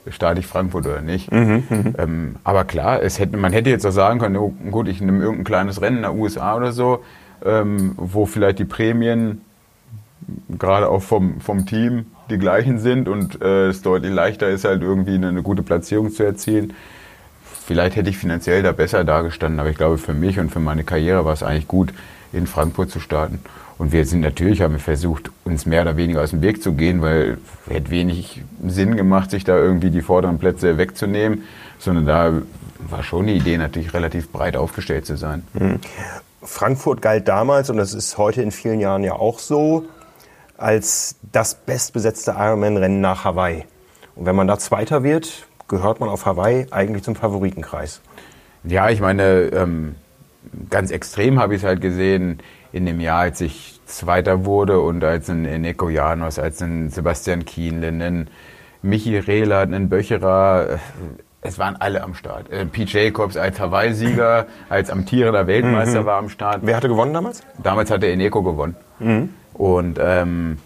starte ich Frankfurt oder nicht. Aber klar, man hätte jetzt auch sagen können, oh, gut, ich nehme irgendein kleines Rennen in der USA oder so, wo vielleicht die Prämien gerade auch vom Team die gleichen sind und es deutlich leichter ist, halt irgendwie eine gute Platzierung zu erzielen. Vielleicht hätte ich finanziell da besser dagestanden, aber ich glaube, für mich und für meine Karriere war es eigentlich gut, in Frankfurt zu starten. Und haben wir versucht, uns mehr oder weniger aus dem Weg zu gehen, weil es hätte wenig Sinn gemacht, sich da irgendwie die vorderen Plätze wegzunehmen, sondern da war schon die Idee, natürlich relativ breit aufgestellt zu sein. Frankfurt galt damals, und das ist heute in vielen Jahren ja auch so, als das bestbesetzte Ironman-Rennen nach Hawaii. Und wenn man da Zweiter wird, gehört man auf Hawaii eigentlich zum Favoritenkreis. Ja, ich meine, ganz extrem habe ich es halt gesehen in dem Jahr, als ich Zweiter wurde und als ein Eneko Janos, als ein Sebastian Kienle, ein Michi Rehlert, ein Böcherer, es waren alle am Start. Pete Jacobs als Hawaii-Sieger, als amtierender Weltmeister war am Start. Wer hatte gewonnen damals? Damals hatte Eneko gewonnen. Und dann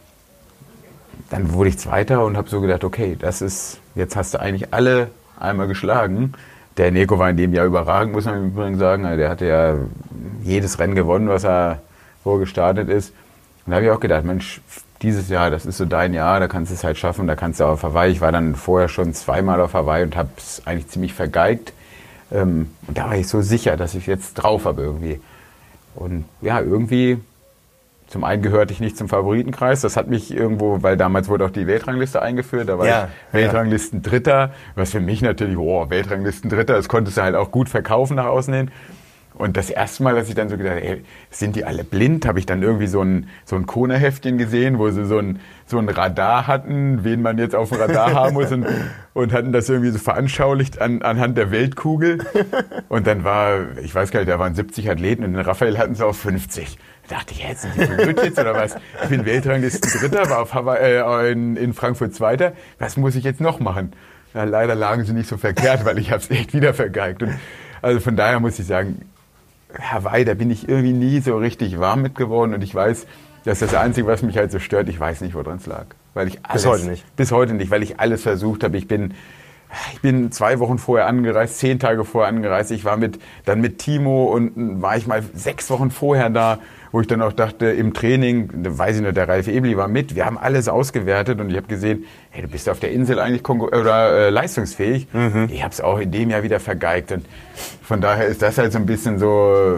wurde ich Zweiter und habe so gedacht, okay, jetzt hast du eigentlich alle einmal geschlagen. Der Eneko war in dem Jahr überragend, muss man im Übrigen sagen. Der hatte ja jedes Rennen gewonnen, was er vorgestartet ist. Und da habe ich auch gedacht, Mensch, dieses Jahr, das ist so dein Jahr, da kannst du es halt schaffen, da kannst du auch auf Hawaii. Ich war dann vorher schon zweimal auf Hawaii und habe es eigentlich ziemlich vergeigt. Und da war ich so sicher, dass ich es jetzt drauf habe irgendwie. Und ja, irgendwie, zum einen gehörte ich nicht zum Favoritenkreis. Das hat mich irgendwo, weil damals wurde auch die Weltrangliste eingeführt, da war ich Weltranglistendritter, was für mich natürlich, Weltranglistendritter, das konntest du halt auch gut verkaufen nach außen hin. Und das erste Mal, dass ich dann so gedacht habe, sind die alle blind? Habe ich dann irgendwie so ein Kona-Heftchen gesehen, wo sie so ein Radar hatten, wen man jetzt auf dem Radar haben muss und hatten das irgendwie so veranschaulicht anhand der Weltkugel. Und dann ich weiß gar nicht, da waren 70 Athleten und den Raphael hatten sie auf 50. Da dachte ich, jetzt sind die blöd jetzt oder was? Ich bin Weltranglisten-Dritter, war auf Hawaii, in Frankfurt Zweiter. Was muss ich jetzt noch machen? Ja, leider lagen sie nicht so verkehrt, weil ich habe es echt wieder vergeigt. Und also von daher muss ich sagen, Hawaii, da bin ich irgendwie nie so richtig warm mit geworden und ich weiß, das ist das Einzige, was mich halt so stört, ich weiß nicht, woran es lag. Weil ich alles, bis heute nicht, weil ich alles versucht habe. Ich bin 2 Wochen vorher angereist, 10 Tage vorher angereist. Ich war dann mit Timo und war ich mal 6 Wochen vorher da, wo ich dann auch dachte, im Training, da weiß ich noch, der Ralf Ebli war mit, wir haben alles ausgewertet und ich habe gesehen, hey, du bist auf der Insel eigentlich leistungsfähig. Ich habe es auch in dem Jahr wieder vergeigt und von daher ist das halt so ein bisschen so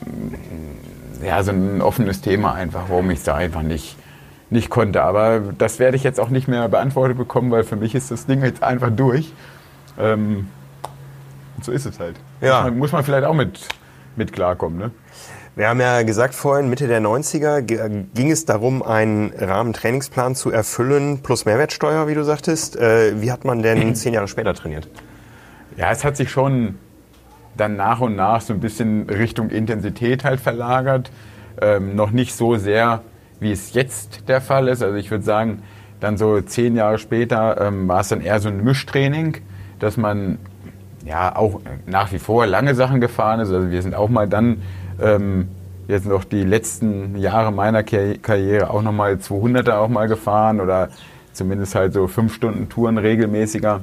ein offenes Thema einfach, warum ich es da einfach nicht konnte. Aber das werde ich jetzt auch nicht mehr beantwortet bekommen, weil für mich ist das Ding jetzt einfach durch. Und so ist es halt. Ja. Muss man vielleicht auch mit klarkommen, ne? Wir haben ja gesagt vorhin, Mitte der 90er ging es darum, einen Rahmentrainingsplan zu erfüllen, plus Mehrwertsteuer, wie du sagtest. Wie hat man denn 10 Jahre später trainiert? Ja, es hat sich schon dann nach und nach so ein bisschen Richtung Intensität halt verlagert. Noch nicht so sehr, wie es jetzt der Fall ist. Also ich würde sagen, dann so 10 Jahre später war es dann eher so ein Mischtraining, dass man ja auch nach wie vor lange Sachen gefahren ist. Also wir sind auch mal dann jetzt noch die letzten Jahre meiner Karriere auch nochmal 200er auch mal gefahren oder zumindest halt so 5 Stunden Touren regelmäßiger.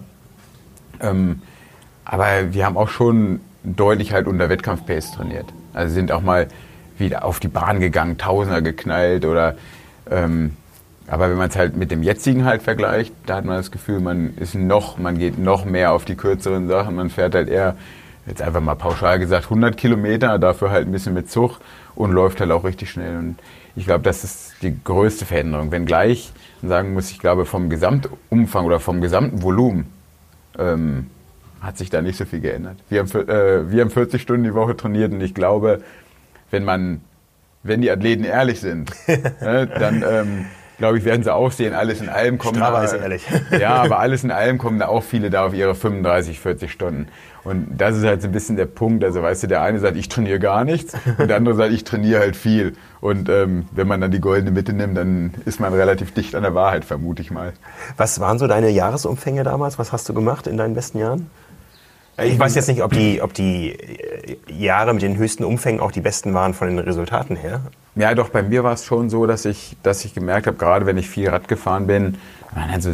Aber wir haben auch schon deutlich halt unter Wettkampfpace trainiert. Also sind auch mal wieder auf die Bahn gegangen, Tausender geknallt oder aber wenn man es halt mit dem jetzigen halt vergleicht, da hat man das Gefühl, man geht noch mehr auf die kürzeren Sachen, man fährt halt eher, jetzt einfach mal pauschal gesagt, 100 Kilometer, dafür halt ein bisschen mit Zug und läuft halt auch richtig schnell. Und ich glaube, das ist die größte Veränderung. Wenngleich man sagen muss, ich glaube, vom Gesamtumfang oder vom gesamten Volumen hat sich da nicht so viel geändert. Wir haben 40 Stunden die Woche trainiert und ich glaube, wenn die Athleten ehrlich sind, dann glaube ich, werden sie auch sehen, alles in allem kommen Strava ist ehrlich. Ja, aber alles in allem kommen da auch viele da auf ihre 35, 40 Stunden. Und das ist halt so ein bisschen der Punkt. Also weißt du, der eine sagt, ich trainiere gar nichts und der andere sagt, ich trainiere halt viel. Und wenn man dann die goldene Mitte nimmt, dann ist man relativ dicht an der Wahrheit, vermute ich mal. Was waren so deine Jahresumfänge damals? Was hast du gemacht in deinen besten Jahren? Ich weiß jetzt nicht, ob die Jahre mit den höchsten Umfängen auch die besten waren von den Resultaten her. Ja, doch, bei mir war es schon so, dass ich gemerkt habe, gerade wenn ich viel Rad gefahren bin, waren dann so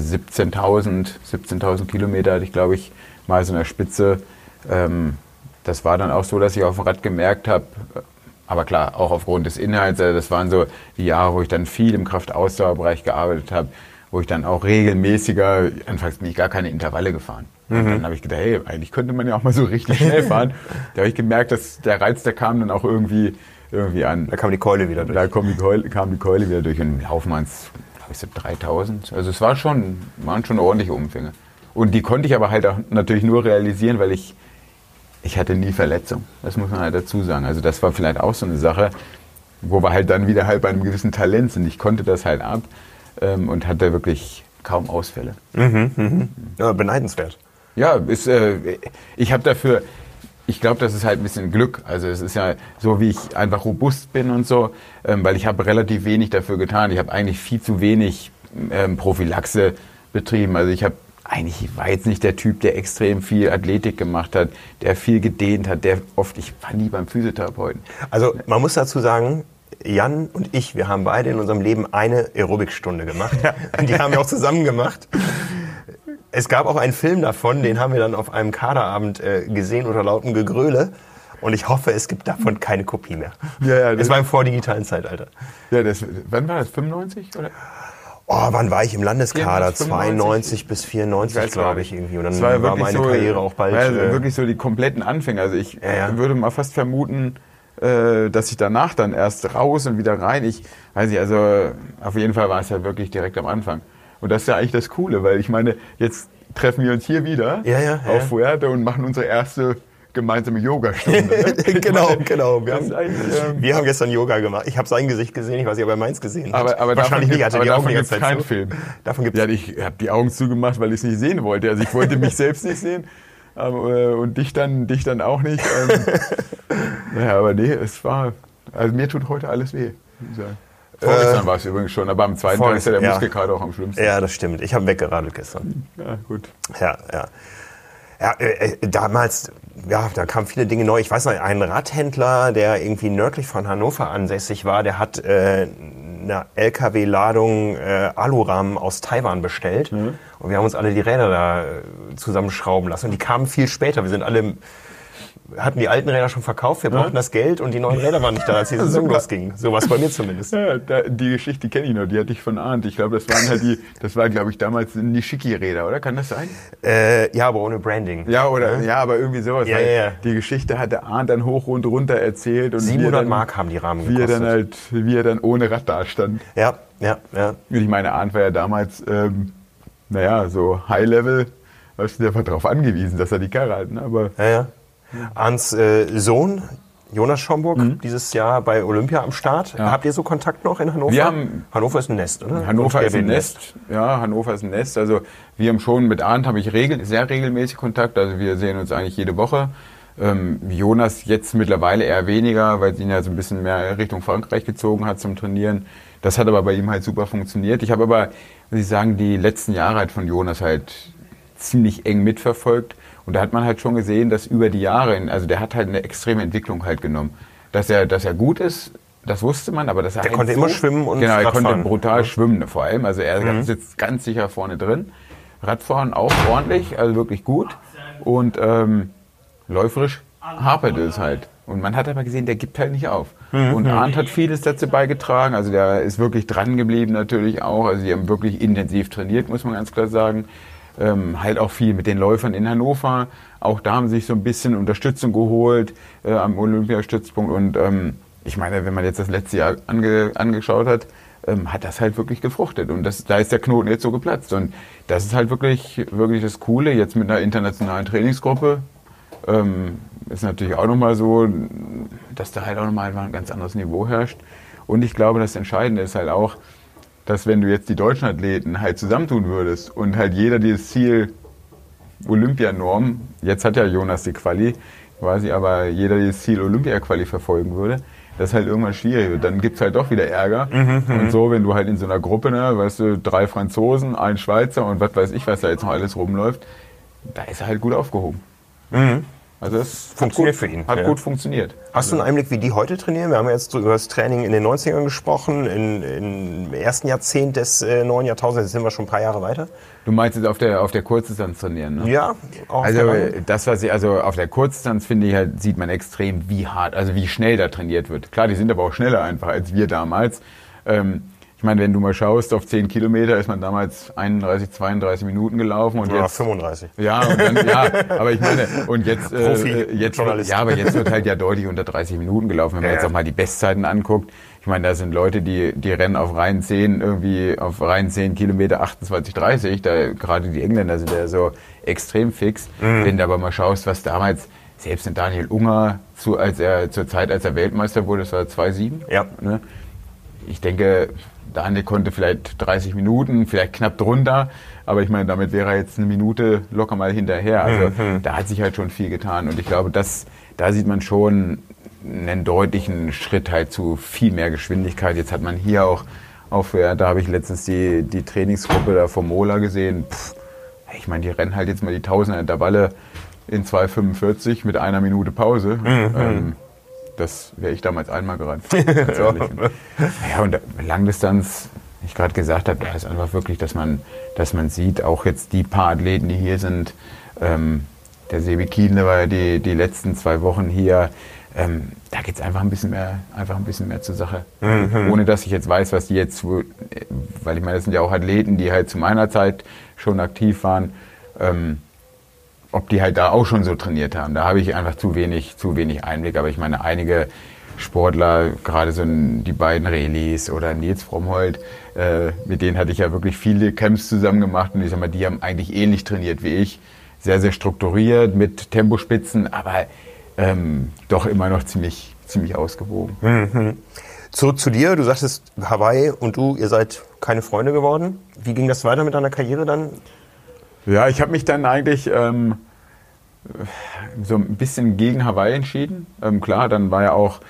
17.000 Kilometer hatte ich, glaube ich, mal so in der Spitze. Das war dann auch so, dass ich auf dem Rad gemerkt habe, aber klar, auch aufgrund des Inhalts, das waren so die Jahre, wo ich dann viel im Kraftausdauerbereich gearbeitet habe, wo ich dann auch regelmäßiger, anfangs bin ich gar keine Intervalle gefahren. Und dann habe ich gedacht, hey, eigentlich könnte man ja auch mal so richtig schnell fahren. Da habe ich gemerkt, dass der Reiz, der kam dann auch irgendwie an. Da kam die Keule wieder durch. Da kam die Keule wieder durch und im Laufen waren es, glaube ich, so 3.000. Also es waren schon ordentliche Umfänge. Und die konnte ich aber halt auch natürlich nur realisieren, weil ich hatte nie Verletzung. Das muss man halt dazu sagen. Also das war vielleicht auch so eine Sache, wo wir halt dann wieder halt bei einem gewissen Talent sind. Ich konnte das halt ab und hatte wirklich kaum Ausfälle. Ja, beneidenswert. Ja, ich habe dafür, ich glaube, das ist halt ein bisschen Glück. Also es ist ja so, wie ich einfach robust bin und so, weil ich habe relativ wenig dafür getan. Ich habe eigentlich viel zu wenig Prophylaxe betrieben. Also ich war jetzt nicht der Typ, der extrem viel Athletik gemacht hat, der viel gedehnt hat, ich war nie beim Physiotherapeuten. Also man muss dazu sagen, Jan und ich, wir haben beide in unserem Leben eine Aerobikstunde gemacht. Die haben wir auch zusammen gemacht. Es gab auch einen Film davon, den haben wir dann auf einem Kaderabend gesehen unter lautem Gegröle. Und ich hoffe, es gibt davon keine Kopie mehr. Ja, es war im vordigitalen Zeitalter. Ja, wann war das? 95? Oder? Oh, wann war ich im Landeskader? 92 bis 94, glaube ich, irgendwie. Und dann war meine Karriere auch bald... Also wirklich so die kompletten Anfänge. Also ich würde mal fast vermuten, dass ich danach dann erst raus und wieder rein. Ich weiß nicht, also auf jeden Fall war es ja wirklich direkt am Anfang. Und das ist ja eigentlich das Coole, weil ich meine, jetzt treffen wir uns hier wieder auf Fuerte und machen unsere erste gemeinsame Yoga-Stunde. Ne? Genau. Wir haben gestern Yoga gemacht. Ich habe sein Gesicht gesehen, ich weiß nicht, ob er meins gesehen hat. Aber wahrscheinlich nicht, hatte die Augen die ganze Zeit keinen Film. Davon gibt's ich habe die Augen zugemacht, weil ich es nicht sehen wollte. Also ich wollte mich selbst nicht sehen. Und dich dann auch nicht. Aber nee, also mir tut heute alles weh. Vorgestern war es übrigens schon, aber am zweiten Tag ist ja der Muskelkater auch am schlimmsten. Ja, das stimmt. Ich habe weggeradelt gestern. Ja, gut. Ja, damals, da kamen viele Dinge neu. Ich weiß noch, ein Radhändler, der irgendwie nördlich von Hannover ansässig war, der hat eine LKW-Ladung Alurahmen aus Taiwan bestellt. Und wir haben uns alle die Räder da zusammenschrauben lassen. Und die kamen viel später. Wir hatten die alten Räder schon verkauft, wir brauchten das Geld und die neuen Räder waren nicht da, als die Saison losging. So war es bei mir zumindest. Ja, die Geschichte kenne ich noch, die hatte ich von Arndt. Ich glaube, das waren glaube ich damals Nishiki-Räder, oder? Kann das sein? Ja, aber ohne Branding. Ja, aber irgendwie sowas. Ja. Die Geschichte hatte Arndt dann hoch und runter erzählt. Und 700 Mark haben die Rahmen gekostet. Wie er dann ohne Rad dastand. Ja. Und ich meine, Arndt war ja damals, so High-Level, der war darauf angewiesen, dass er die Karre hat. Ne? Aber ja. Arndts Sohn, Jonas Schomburg, dieses Jahr bei Olympia am Start. Ja. Habt ihr so Kontakt noch in Hannover? Hannover ist ein Nest, oder? Hannover ist ein Nest. Ja, Hannover ist ein Nest. Also wir haben schon mit Arndt sehr regelmäßig Kontakt. Also wir sehen uns eigentlich jede Woche. Jonas jetzt mittlerweile eher weniger, weil sie ihn ja so ein bisschen mehr Richtung Frankreich gezogen hat zum Trainieren. Das hat aber bei ihm halt super funktioniert. Ich habe aber, muss ich sagen, die letzten Jahre halt von Jonas halt ziemlich eng mitverfolgt. Und da hat man halt schon gesehen, dass über die Jahre, also der hat halt eine extreme Entwicklung halt genommen. Dass er gut ist, das wusste man, aber dass er der konnte immer schwimmen und Radfahren. Genau, er konnte brutal ja. schwimmen vor allem. Also er sitzt ganz sicher vorne drin. Radfahren auch ordentlich, also wirklich gut. Und läuferisch hapert es halt. Und man hat aber gesehen, der gibt halt nicht auf. Und Arndt hat vieles dazu beigetragen. Also der ist wirklich dran geblieben natürlich auch. Also die haben wirklich intensiv trainiert, muss man ganz klar sagen. Halt auch viel mit den Läufern in Hannover. Auch da haben sie sich so ein bisschen Unterstützung geholt am Olympiastützpunkt. Und ich meine, wenn man jetzt das letzte Jahr angeschaut hat, hat das halt wirklich gefruchtet. Und da ist der Knoten jetzt so geplatzt. Und das ist halt wirklich das Coole. Jetzt mit einer internationalen Trainingsgruppe ist natürlich auch nochmal so, dass da halt auch nochmal ein ganz anderes Niveau herrscht. Und ich glaube, das Entscheidende ist halt auch, dass wenn du jetzt die deutschen Athleten halt zusammentun würdest und halt jeder dieses Ziel Olympianorm, jetzt hat ja Jonas die Quali, quasi, aber jeder dieses Ziel Olympia-Quali verfolgen würde, das ist halt irgendwann schwierig. Und dann gibt es halt doch wieder Ärger. Und so, wenn du halt in so einer Gruppe, ne, weißt du, 3 Franzosen, ein Schweizer und was weiß ich, was da jetzt noch alles rumläuft, da ist er halt gut aufgehoben. Also das funktioniert für ihn. Hat gut funktioniert. Hast du einen Einblick, wie die heute trainieren? Wir haben ja jetzt über das Training in den 90ern gesprochen, im ersten Jahrzehnt des neuen Jahrtausends, jetzt sind wir schon ein paar Jahre weiter. Du meinst jetzt auf der Kurzdistanz trainieren, ne? Ja. Auch auf der Kurzdistanz finde ich halt, sieht man extrem, wie hart, also wie schnell da trainiert wird. Klar, die sind aber auch schneller einfach als wir damals. Ich meine, wenn du mal schaust, auf 10 Kilometer ist man damals 31, 32 Minuten gelaufen. Und oder jetzt 35. Ja, aber ich meine, und jetzt aber jetzt wird halt ja deutlich unter 30 Minuten gelaufen, wenn man jetzt auch mal die Bestzeiten anguckt. Ich meine, da sind Leute, die rennen auf reinen 10 Kilometer 28, 30. Da, gerade die Engländer sind ja so extrem fix. Wenn du aber mal schaust, was damals, selbst in Daniel Unger, zur Zeit, als er Weltmeister wurde, das war 2,7. Ja. Ne? Ich denke, Daniel konnte vielleicht 30 Minuten, vielleicht knapp drunter, aber ich meine, damit wäre er jetzt eine Minute locker mal hinterher. Also da hat sich halt schon viel getan und ich glaube, da sieht man schon einen deutlichen Schritt halt zu viel mehr Geschwindigkeit. Jetzt hat man hier auch da habe ich letztens die Trainingsgruppe da vom Mola gesehen. Ich meine, die rennen halt jetzt mal die 1000er Intervalle in 2,45 mit einer Minute Pause. Das wäre ich damals einmal gerannt. Ganz ehrlich. Ja, und Langdistanz, wie ich gerade gesagt habe, da ist einfach wirklich, dass man sieht, auch jetzt die paar Athleten, die hier sind, der Sebi Kienle war ja die letzten 2 Wochen hier, da geht es einfach ein bisschen mehr zur Sache. Ohne dass ich jetzt weiß, was die jetzt, weil ich meine, das sind ja auch Athleten, die halt zu meiner Zeit schon aktiv waren, ob die halt da auch schon so trainiert haben. Da habe ich einfach zu wenig Einblick. Aber ich meine, einige Sportler, gerade so die beiden Relis oder Nils Frommholt, mit denen hatte ich ja wirklich viele Camps zusammen gemacht. Und ich sag mal, die haben eigentlich ähnlich trainiert wie ich. Sehr, sehr strukturiert, mit Tempospitzen, aber doch immer noch ziemlich ausgewogen. Zu dir, du sagtest Hawaii und ihr seid keine Freunde geworden. Wie ging das weiter mit deiner Karriere dann? Ja, ich habe mich dann eigentlich so ein bisschen gegen Hawaii entschieden. Klar, dann war ja auch,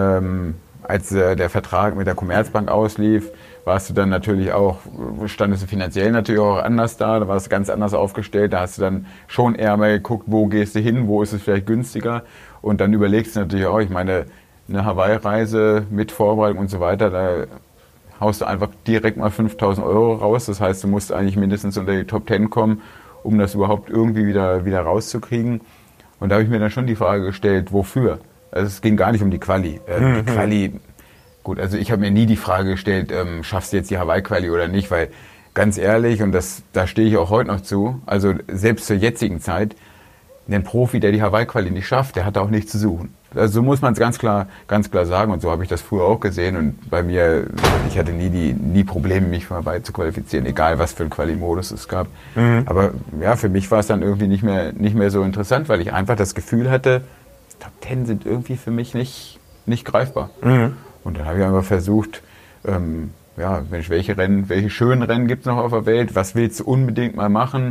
als der Vertrag mit der Commerzbank auslief, warst du dann natürlich auch, standest du finanziell natürlich auch anders da warst du ganz anders aufgestellt. Da hast du dann schon eher mal geguckt, wo gehst du hin, wo ist es vielleicht günstiger. Und dann überlegst du natürlich auch, ich meine, eine Hawaii-Reise mit Vorbereitung und so weiter, da haust du einfach direkt mal 5.000 Euro raus. Das heißt, du musst eigentlich mindestens unter die Top 10 kommen, um das überhaupt irgendwie wieder rauszukriegen. Und da habe ich mir dann schon die Frage gestellt, wofür? Also es ging gar nicht um die Quali. Die Quali, gut, also ich habe mir nie die Frage gestellt, schaffst du jetzt die Hawaii-Quali oder nicht? Weil ganz ehrlich, und da stehe ich auch heute noch zu, also selbst zur jetzigen Zeit, ein Profi, der die Hawaii-Quali nicht schafft, der hat da auch nichts zu suchen. Also so muss man es ganz klar sagen und so habe ich das früher auch gesehen und bei mir, ich hatte nie Probleme, mich für Hawaii zu qualifizieren, egal was für ein Quali-Modus es gab. Aber ja, für mich war es dann irgendwie nicht mehr so interessant, weil ich einfach das Gefühl hatte, Top 10 sind irgendwie für mich nicht greifbar. Und dann habe ich einfach versucht, Mensch, welche schönen Rennen gibt es noch auf der Welt, was willst du unbedingt mal machen?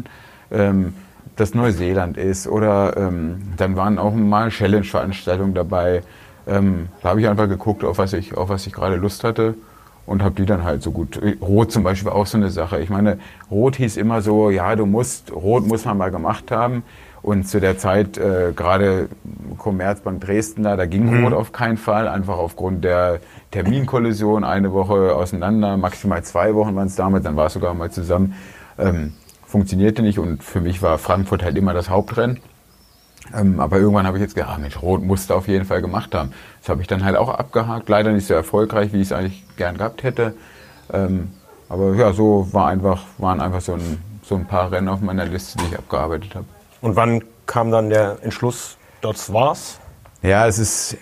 Das Neuseeland ist oder dann waren auch mal Challenge-Veranstaltungen dabei. Da habe ich einfach geguckt, auf was ich gerade Lust hatte und habe die dann halt so gut. Rot zum Beispiel war auch so eine Sache. Ich meine, Rot hieß immer so, ja, Rot muss man mal gemacht haben. Und zu der Zeit, gerade Commerzbank Dresden da ging Rot auf keinen Fall, einfach aufgrund der Terminkollision, eine Woche auseinander, maximal 2 Wochen waren es damals, dann war es sogar mal zusammen. Funktionierte nicht und für mich war Frankfurt halt immer das Hauptrennen. Aber irgendwann habe ich jetzt gedacht, Mensch, Rot musste auf jeden Fall gemacht haben. Das habe ich dann halt auch abgehakt, leider nicht so erfolgreich, wie ich es eigentlich gern gehabt hätte. Aber ja, so waren einfach so ein paar Rennen auf meiner Liste, die ich abgearbeitet habe. Und wann kam dann der Entschluss, das war's? Ja, es ist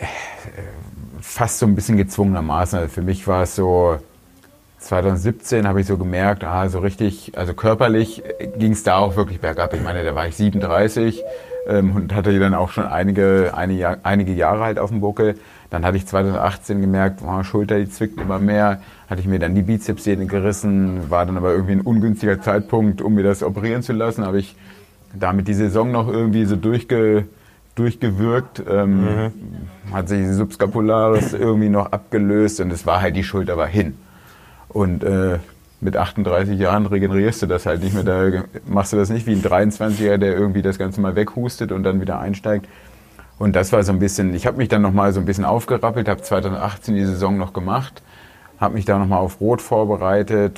fast so ein bisschen gezwungenermaßen. Also für mich war es so, 2017 habe ich so gemerkt, so richtig, also körperlich ging es da auch wirklich bergab. Ich meine, da war ich 37 und hatte dann auch schon einige Jahre halt auf dem Buckel. Dann hatte ich 2018 gemerkt, Schulter, die zwickt immer mehr. Hatte ich mir dann die Bizepssehne gerissen, war dann aber irgendwie ein ungünstiger Zeitpunkt, um mir das operieren zu lassen. Habe ich damit die Saison noch irgendwie so durchgewirkt, hat sich die Subscapularis irgendwie noch abgelöst und es war halt, die Schulter war hin. Und mit 38 Jahren regenerierst du das halt nicht mehr. Da machst du das nicht wie ein 23er, der irgendwie das Ganze mal weghustet und dann wieder einsteigt. Und das war so ein bisschen, ich habe mich dann nochmal so ein bisschen aufgerappelt, habe 2018 die Saison noch gemacht, habe mich da nochmal auf Rot vorbereitet,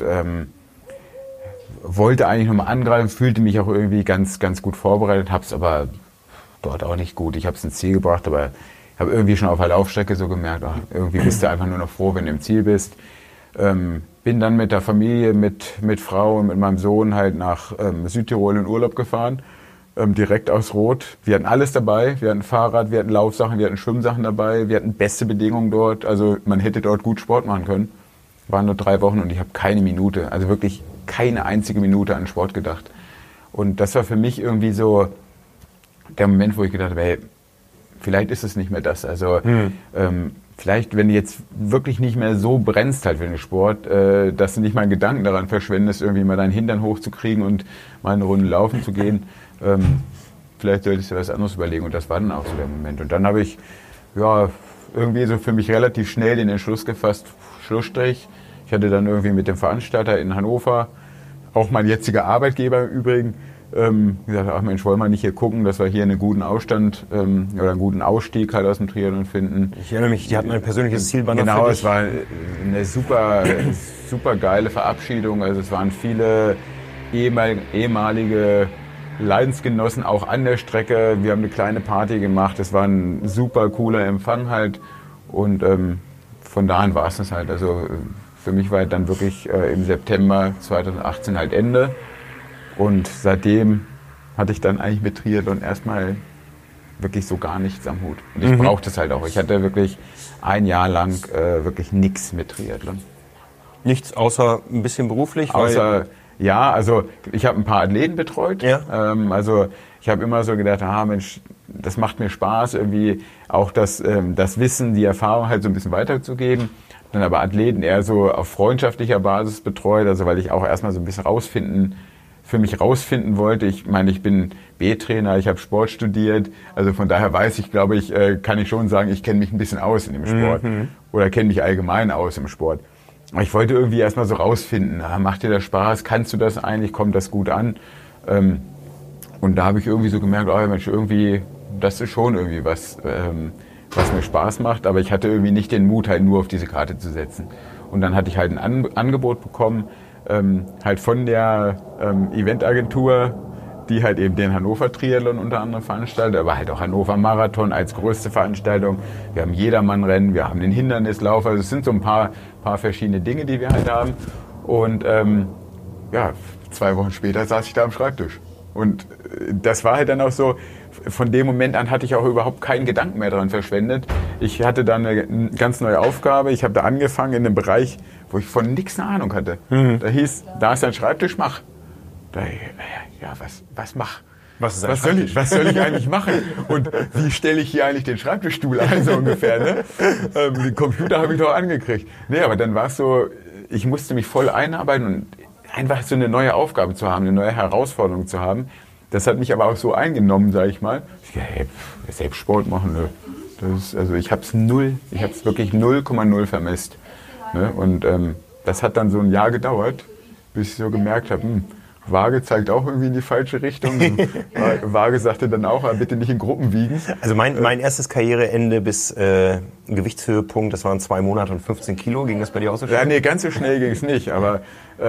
wollte eigentlich nochmal angreifen, fühlte mich auch irgendwie ganz, ganz gut vorbereitet, habe es aber dort auch nicht gut. Ich habe es ins Ziel gebracht, aber ich habe irgendwie schon auf der Laufstrecke so gemerkt, ach, irgendwie bist du einfach nur noch froh, wenn du im Ziel bist. Bin dann mit der Familie, mit Frau und mit meinem Sohn halt nach Südtirol in Urlaub gefahren, direkt aus Rot. Wir hatten alles dabei, wir hatten Fahrrad, wir hatten Laufsachen, wir hatten Schwimmsachen dabei, wir hatten beste Bedingungen dort, also man hätte dort gut Sport machen können. Waren nur 3 Wochen und ich habe keine Minute, also wirklich keine einzige Minute an Sport gedacht. Und das war für mich irgendwie so der Moment, wo ich gedacht habe, hey, vielleicht ist es nicht mehr das. Also vielleicht, wenn du jetzt wirklich nicht mehr so brennst halt für den Sport, dass du nicht mal einen Gedanken daran verschwendest, irgendwie mal deinen Hintern hochzukriegen und mal eine Runde laufen zu gehen, vielleicht solltest du was anderes überlegen. Und das war dann auch so der Moment. Und dann habe ich irgendwie so für mich relativ schnell den Entschluss gefasst, Schlussstrich. Ich hatte dann irgendwie mit dem Veranstalter in Hannover, auch mein jetziger Arbeitgeber im Übrigen, gesagt, ach Mensch, wollen wir nicht hier gucken, dass wir hier einen guten Ausstand oder einen guten Ausstieg halt aus dem Triathlon finden. Ich erinnere mich, die hatten ein persönliches Zielbanner. Genau, es war eine super geile Verabschiedung. Also es waren viele ehemalige Leidensgenossen auch an der Strecke. Wir haben eine kleine Party gemacht. Es war ein super cooler Empfang halt. Und von da an war es das halt. Also für mich war dann wirklich im September 2018 halt Ende. Und seitdem hatte ich dann eigentlich mit Triathlon erstmal wirklich so gar nichts am Hut. Und ich brauchte es halt auch. Ich hatte wirklich ein Jahr lang wirklich nichts mit Triathlon. Nichts außer ein bisschen beruflich? Außer, ja, also ich habe ein paar Athleten betreut. Ja. Also ich habe immer so gedacht, Mensch, das macht mir Spaß, irgendwie auch das Wissen, die Erfahrung halt so ein bisschen weiterzugeben. Dann aber Athleten eher so auf freundschaftlicher Basis betreut, also weil ich auch erstmal so ein bisschen für mich rausfinden wollte. Ich meine, ich bin B-Trainer, ich habe Sport studiert, also von daher glaube ich, kann ich schon sagen, ich kenne mich ein bisschen aus in dem Sport oder kenne mich allgemein aus im Sport. Aber ich wollte irgendwie erstmal so rausfinden, macht dir das Spaß, kannst du das eigentlich, kommt das gut an? Und da habe ich irgendwie so gemerkt, Mensch, irgendwie, das ist schon irgendwie was mir Spaß macht, aber ich hatte irgendwie nicht den Mut, halt nur auf diese Karte zu setzen. Und dann hatte ich halt ein Angebot bekommen, halt von der Eventagentur, die halt eben den Hannover Triathlon unter anderem veranstaltet, aber halt auch Hannover Marathon als größte Veranstaltung. Wir haben Jedermannrennen, wir haben den Hindernislauf, also es sind so ein paar verschiedene Dinge, die wir halt haben. Und 2 Wochen später saß ich da am Schreibtisch. Und das war halt dann auch so, von dem Moment an hatte ich auch überhaupt keinen Gedanken mehr daran verschwendet. Ich hatte dann eine ganz neue Aufgabe. Ich habe da angefangen in einem Bereich, wo ich von nichts eine Ahnung hatte. Da hieß, da ist ein Schreibtisch, mach. Was mach? Was soll ich eigentlich machen? Und wie stelle ich hier eigentlich den Schreibtischstuhl ein, so ungefähr? Ne? Den Computer habe ich doch angekriegt. Nee, aber dann war es so, ich musste mich voll einarbeiten und einfach so eine neue Aufgabe zu haben, eine neue Herausforderung zu haben. Das hat mich aber auch so eingenommen, sage ich mal. Selbst Sport machen, ne? Also ich habe es wirklich 0,0 vermisst. Ne? Und das hat dann so ein Jahr gedauert, bis ich so gemerkt habe, Waage zeigt auch irgendwie in die falsche Richtung. Waage sagte dann auch, bitte nicht in Gruppen wiegen. Also mein erstes Karriereende bis Gewichtshöhepunkt, das waren 2 Monate und 15 Kilo. Ging das bei dir auch so schnell? Ja, nee, ganz so schnell ging es nicht. Aber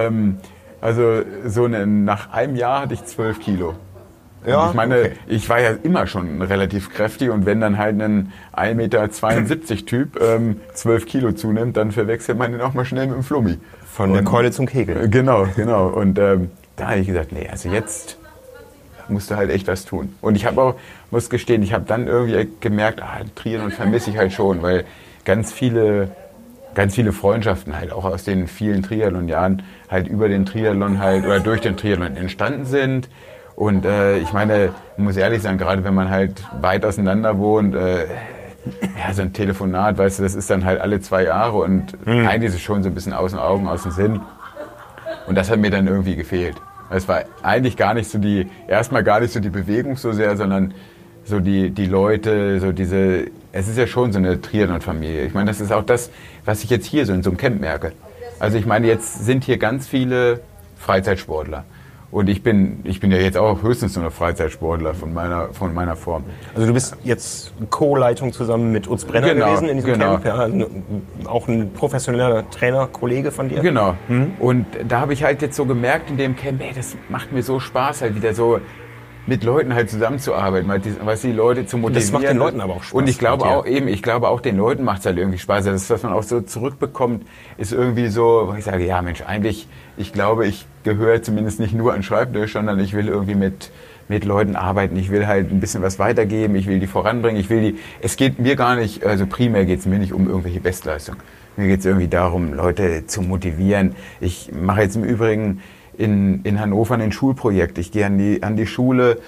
nach einem Jahr hatte ich 12 Kilo. Ja, ich meine, okay. Ich war ja immer schon relativ kräftig und wenn dann halt ein 1,72 Meter Typ 12 Kilo zunimmt, dann verwechselt man den auch mal schnell mit dem Flummi. Von der Keule zum Kegel. Genau. Und da habe ich gesagt, nee, also jetzt musst du halt echt was tun. Und ich muss gestehen, ich habe dann irgendwie gemerkt, Triathlon vermisse ich halt schon, weil ganz viele Freundschaften halt auch aus den vielen Triathlon-Jahren halt über den Triathlon halt oder durch den Triathlon entstanden sind. Und ich meine, man muss ehrlich sagen, gerade wenn man halt weit auseinander wohnt, so ein Telefonat, weißt du, das ist dann halt alle 2 Jahre und eigentlich ist es schon so ein bisschen aus den Augen, aus dem Sinn. Und das hat mir dann irgendwie gefehlt. Es war eigentlich erstmal gar nicht so die Bewegung so sehr, sondern so die Leute, es ist ja schon so eine Triathlon-Familie. Ich meine, das ist auch das, was ich jetzt hier so in so einem Camp merke. Also ich meine, jetzt sind hier ganz viele Freizeitsportler. Und ich bin ja jetzt auch höchstens nur ein Freizeitsportler von meiner Form. Also du bist jetzt Co-Leitung zusammen mit Utz Brenner gewesen in diesem Camp, ja, also auch ein professioneller Trainer, Kollege von dir. Genau. Und da habe ich halt jetzt so gemerkt in dem Camp, das macht mir so Spaß, halt wieder so mit Leuten halt zusammenzuarbeiten, weil die Leute zu motivieren. Das macht den Leuten aber auch Spaß. Und ich glaube auch den Leuten macht es halt irgendwie Spaß. Also das, was man auch so zurückbekommt, ist irgendwie so, wo ich sage, ja Mensch, eigentlich, ich glaube, ich gehöre zumindest nicht nur an den Schreibtisch, sondern ich will irgendwie mit Leuten arbeiten. Ich will halt ein bisschen was weitergeben, ich will die voranbringen, es geht mir gar nicht, also primär geht es mir nicht um irgendwelche Bestleistungen. Mir geht es irgendwie darum, Leute zu motivieren. Ich mache jetzt im Übrigen in Hannover ein Schulprojekt. Ich gehe an die Schule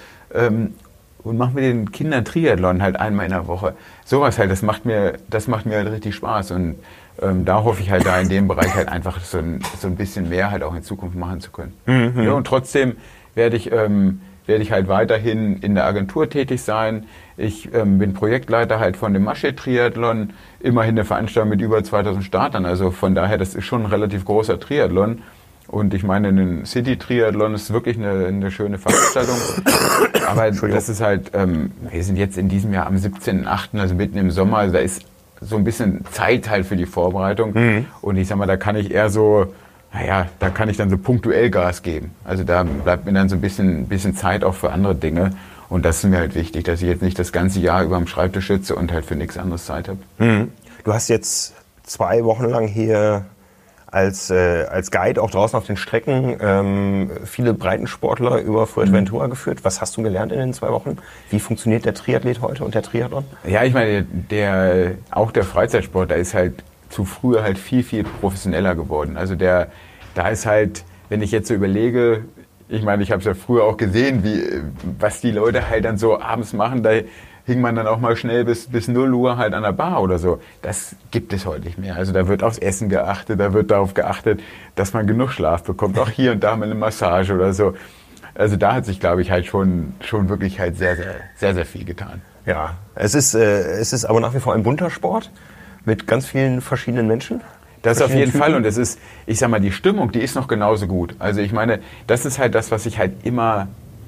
und mache mit den Kindern Triathlon halt einmal in der Woche. Sowas halt, das macht mir halt richtig Spaß. Und da hoffe ich halt da in dem Bereich halt einfach so ein bisschen mehr halt auch in Zukunft machen zu können. Mhm. Ja, und trotzdem werde ich halt weiterhin in der Agentur tätig sein. Ich bin Projektleiter halt von dem Maschet-Triathlon, immerhin eine Veranstaltung mit über 2000 Startern. Also von daher, das ist schon ein relativ großer Triathlon. Und ich meine, ein City-Triathlon ist wirklich eine schöne Veranstaltung. Aber das ist halt, wir sind jetzt in diesem Jahr am 17.8., also mitten im Sommer, also da ist so ein bisschen Zeit halt für die Vorbereitung. Mhm. Und ich sag mal, da kann ich eher so, da kann ich dann so punktuell Gas geben. Also da bleibt mir dann so ein bisschen Zeit auch für andere Dinge. Und das ist mir halt wichtig, dass ich jetzt nicht das ganze Jahr über am Schreibtisch sitze und halt für nichts anderes Zeit habe. Mhm. Du hast jetzt 2 Wochen lang hier als Guide auch draußen auf den Strecken viele Breitensportler über Fuerteventura geführt. Was hast du gelernt in den 2 Wochen? Wie funktioniert der Triathlet heute und der Triathlon? Ja, ich meine, auch der Freizeitsport, da ist halt zu früher halt viel, viel professioneller geworden. Also da ist halt, wenn ich jetzt so überlege, ich meine, ich habe es ja früher auch gesehen, was die Leute halt dann so abends machen, da hing man dann auch mal schnell bis 0 Uhr halt an der Bar oder so. Das gibt es heute nicht mehr. Also da wird aufs Essen geachtet, da wird darauf geachtet, dass man genug Schlaf bekommt. Auch hier und da mal eine Massage oder so. Also da hat sich, glaube ich, halt schon wirklich halt sehr, sehr, sehr, sehr viel getan. Ja, es ist aber nach wie vor ein bunter Sport mit ganz vielen verschiedenen Menschen. Das auf jeden Fall. Und es ist, ich sag mal, die Stimmung, die ist noch genauso gut. Also ich meine, das ist halt das, was ich halt immer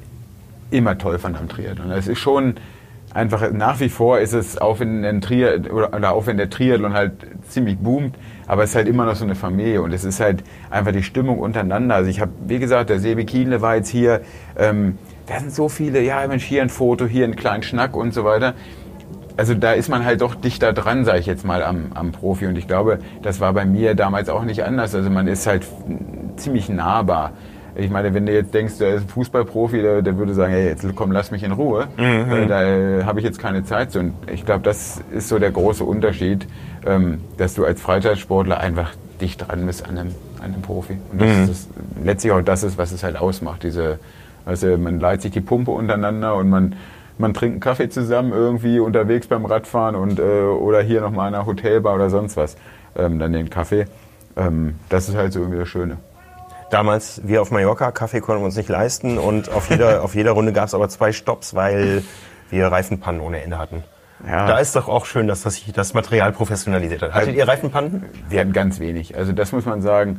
toll fand am Triathlon. Es ist schon einfach, nach wie vor ist es, auch wenn der Triathlon halt ziemlich boomt, aber es ist halt immer noch so eine Familie und es ist halt einfach die Stimmung untereinander. Also ich habe, wie gesagt, der Sebi Kienle war jetzt hier, da sind so viele, ja Mensch, hier ein Foto, hier einen kleinen Schnack und so weiter. Also da ist man halt doch dichter dran, sage ich jetzt mal, am Profi. Und ich glaube, das war bei mir damals auch nicht anders. Also man ist halt ziemlich nahbar. Ich meine, wenn du jetzt denkst, der ist ein Fußballprofi, der würde sagen, hey, jetzt komm, lass mich in Ruhe. Mhm. Da habe ich jetzt keine Zeit zu. Und ich glaube, das ist so der große Unterschied, dass du als Freizeitsportler einfach dicht dran bist an einem Profi. Und das ist letztlich auch das, was es halt ausmacht. Man leiht sich die Pumpe untereinander und man trinkt einen Kaffee zusammen irgendwie unterwegs beim Radfahren und oder hier nochmal in einer Hotelbar oder sonst was. Dann den Kaffee. Das ist halt so irgendwie das Schöne. Damals, wir auf Mallorca, Kaffee konnten wir uns nicht leisten und auf jeder Runde gab es aber 2 Stopps, weil wir Reifenpannen ohne Ende hatten. Ja. Da ist doch auch schön, dass sich das Material professionalisiert hat. Hattet ihr Reifenpannen? Wir hatten ganz wenig. Also das muss man sagen.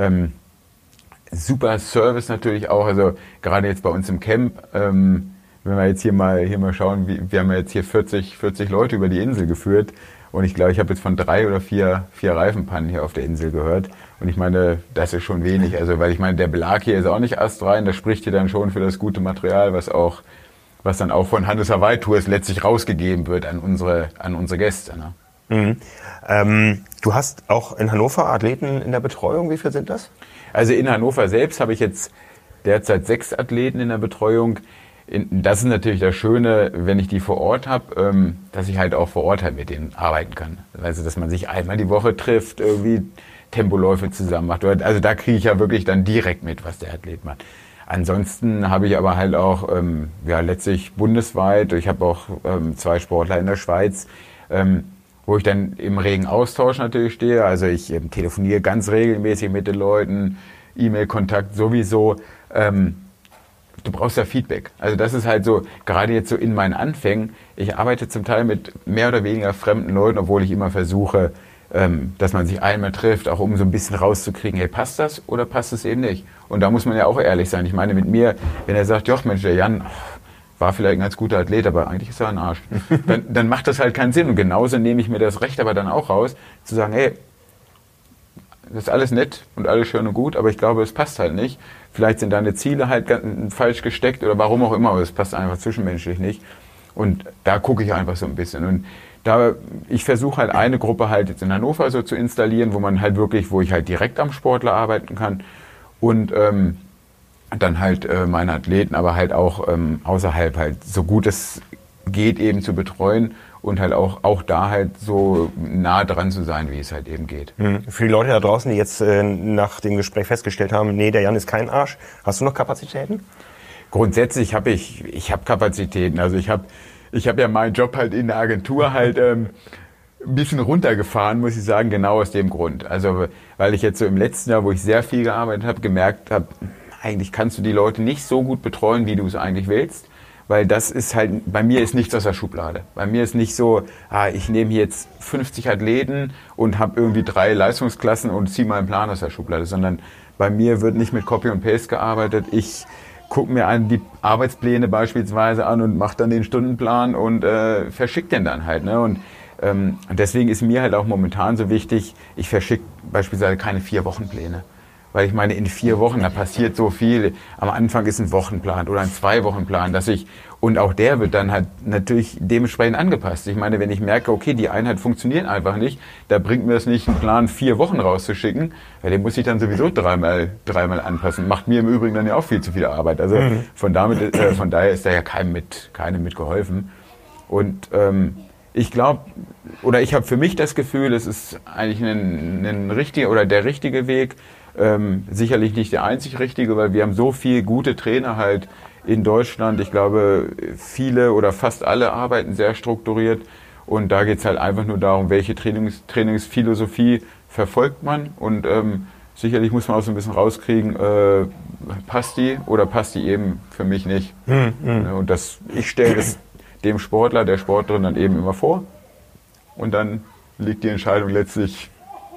Super Service natürlich auch. Also gerade jetzt bei uns im Camp. Wenn wir jetzt hier mal schauen, wir haben ja jetzt hier 40 Leute über die Insel geführt und ich glaube, ich habe jetzt von 3 oder 4 Reifenpannen hier auf der Insel gehört und ich meine, das ist schon wenig, also weil ich meine, der Belag hier ist auch nicht astrein, das spricht hier dann schon für das gute Material, was dann auch von Hannes Hawaii Tours letztlich rausgegeben wird an unsere Gäste. Ne? Du hast auch in Hannover Athleten in der Betreuung, wie viele sind das? Also in Hannover selbst habe ich jetzt derzeit 6 Athleten in der Betreuung. Das ist natürlich das Schöne, wenn ich die vor Ort habe, dass ich halt auch vor Ort halt mit denen arbeiten kann. Also, dass man sich einmal die Woche trifft, irgendwie Tempoläufe zusammen macht. Also da kriege ich ja wirklich dann direkt mit, was der Athlet macht. Ansonsten habe ich aber halt auch letztlich bundesweit, ich habe auch 2 Sportler in der Schweiz, wo ich dann im regen Austausch natürlich stehe. Also ich telefoniere ganz regelmäßig mit den Leuten, E-Mail-Kontakt sowieso. Du brauchst ja Feedback. Also das ist halt so, gerade jetzt so in meinen Anfängen, ich arbeite zum Teil mit mehr oder weniger fremden Leuten, obwohl ich immer versuche, dass man sich einmal trifft, auch um so ein bisschen rauszukriegen, hey, passt das oder passt es eben nicht? Und da muss man ja auch ehrlich sein. Ich meine, mit mir, wenn er sagt, joch, Mensch, der Jan war vielleicht ein ganz guter Athlet, aber eigentlich ist er ein Arsch, dann macht das halt keinen Sinn. Und genauso nehme ich mir das Recht aber dann auch raus, zu sagen, hey, das ist alles nett und alles schön und gut, aber ich glaube, es passt halt nicht. Vielleicht sind deine Ziele halt falsch gesteckt oder warum auch immer, aber es passt einfach zwischenmenschlich nicht. Und da gucke ich einfach so ein bisschen. Und ich versuche halt eine Gruppe halt jetzt in Hannover so zu installieren, wo ich halt direkt am Sportler arbeiten kann und dann halt meine Athleten, aber halt auch außerhalb halt so gut es geht eben zu betreuen und halt auch da halt so nah dran zu sein, wie es halt eben geht. Für die Leute da draußen, die jetzt nach dem Gespräch festgestellt haben, nee, der Jan ist kein Arsch, hast du noch Kapazitäten? Grundsätzlich habe ich Kapazitäten. Also ich habe ja meinen Job halt in der Agentur halt ein bisschen runtergefahren, muss ich sagen, genau aus dem Grund. Also weil ich jetzt so im letzten Jahr, wo ich sehr viel gearbeitet habe, gemerkt habe, eigentlich kannst du die Leute nicht so gut betreuen, wie du es eigentlich willst. Weil das ist halt, bei mir ist nichts aus der Schublade. Bei mir ist nicht so, ich nehme hier jetzt 50 Athleten und habe irgendwie 3 Leistungsklassen und ziehe meinen Plan aus der Schublade, sondern bei mir wird nicht mit Copy und Paste gearbeitet. Ich gucke mir die Arbeitspläne beispielsweise an und mache dann den Stundenplan und verschicke den dann halt. Ne? Und deswegen ist mir halt auch momentan so wichtig, ich verschicke beispielsweise keine 4-Wochenpläne. Weil ich meine, in 4 Wochen, da passiert so viel. Am Anfang ist ein Wochenplan oder ein 2-Wochenplan, und auch der wird dann halt natürlich dementsprechend angepasst. Ich meine, wenn ich merke, okay, die Einheit funktioniert einfach nicht, da bringt mir es nicht, einen Plan 4 Wochen rauszuschicken, weil den muss ich dann sowieso dreimal anpassen. Macht mir im Übrigen dann ja auch viel zu viel Arbeit. Also von daher ist da ja keinem mit geholfen. Und ich glaube, oder ich habe für mich das Gefühl, es ist eigentlich ein richtiger oder der richtige Weg. Sicherlich nicht der einzig richtige, weil wir haben so viele gute Trainer halt in Deutschland. Ich glaube, viele oder fast alle arbeiten sehr strukturiert und da geht es halt einfach nur darum, welche Trainingsphilosophie verfolgt man und sicherlich muss man auch so ein bisschen rauskriegen, passt die oder passt die eben für mich nicht. Und ich stelle das dem Sportler, der Sportlerin dann eben immer vor und dann liegt die Entscheidung letztlich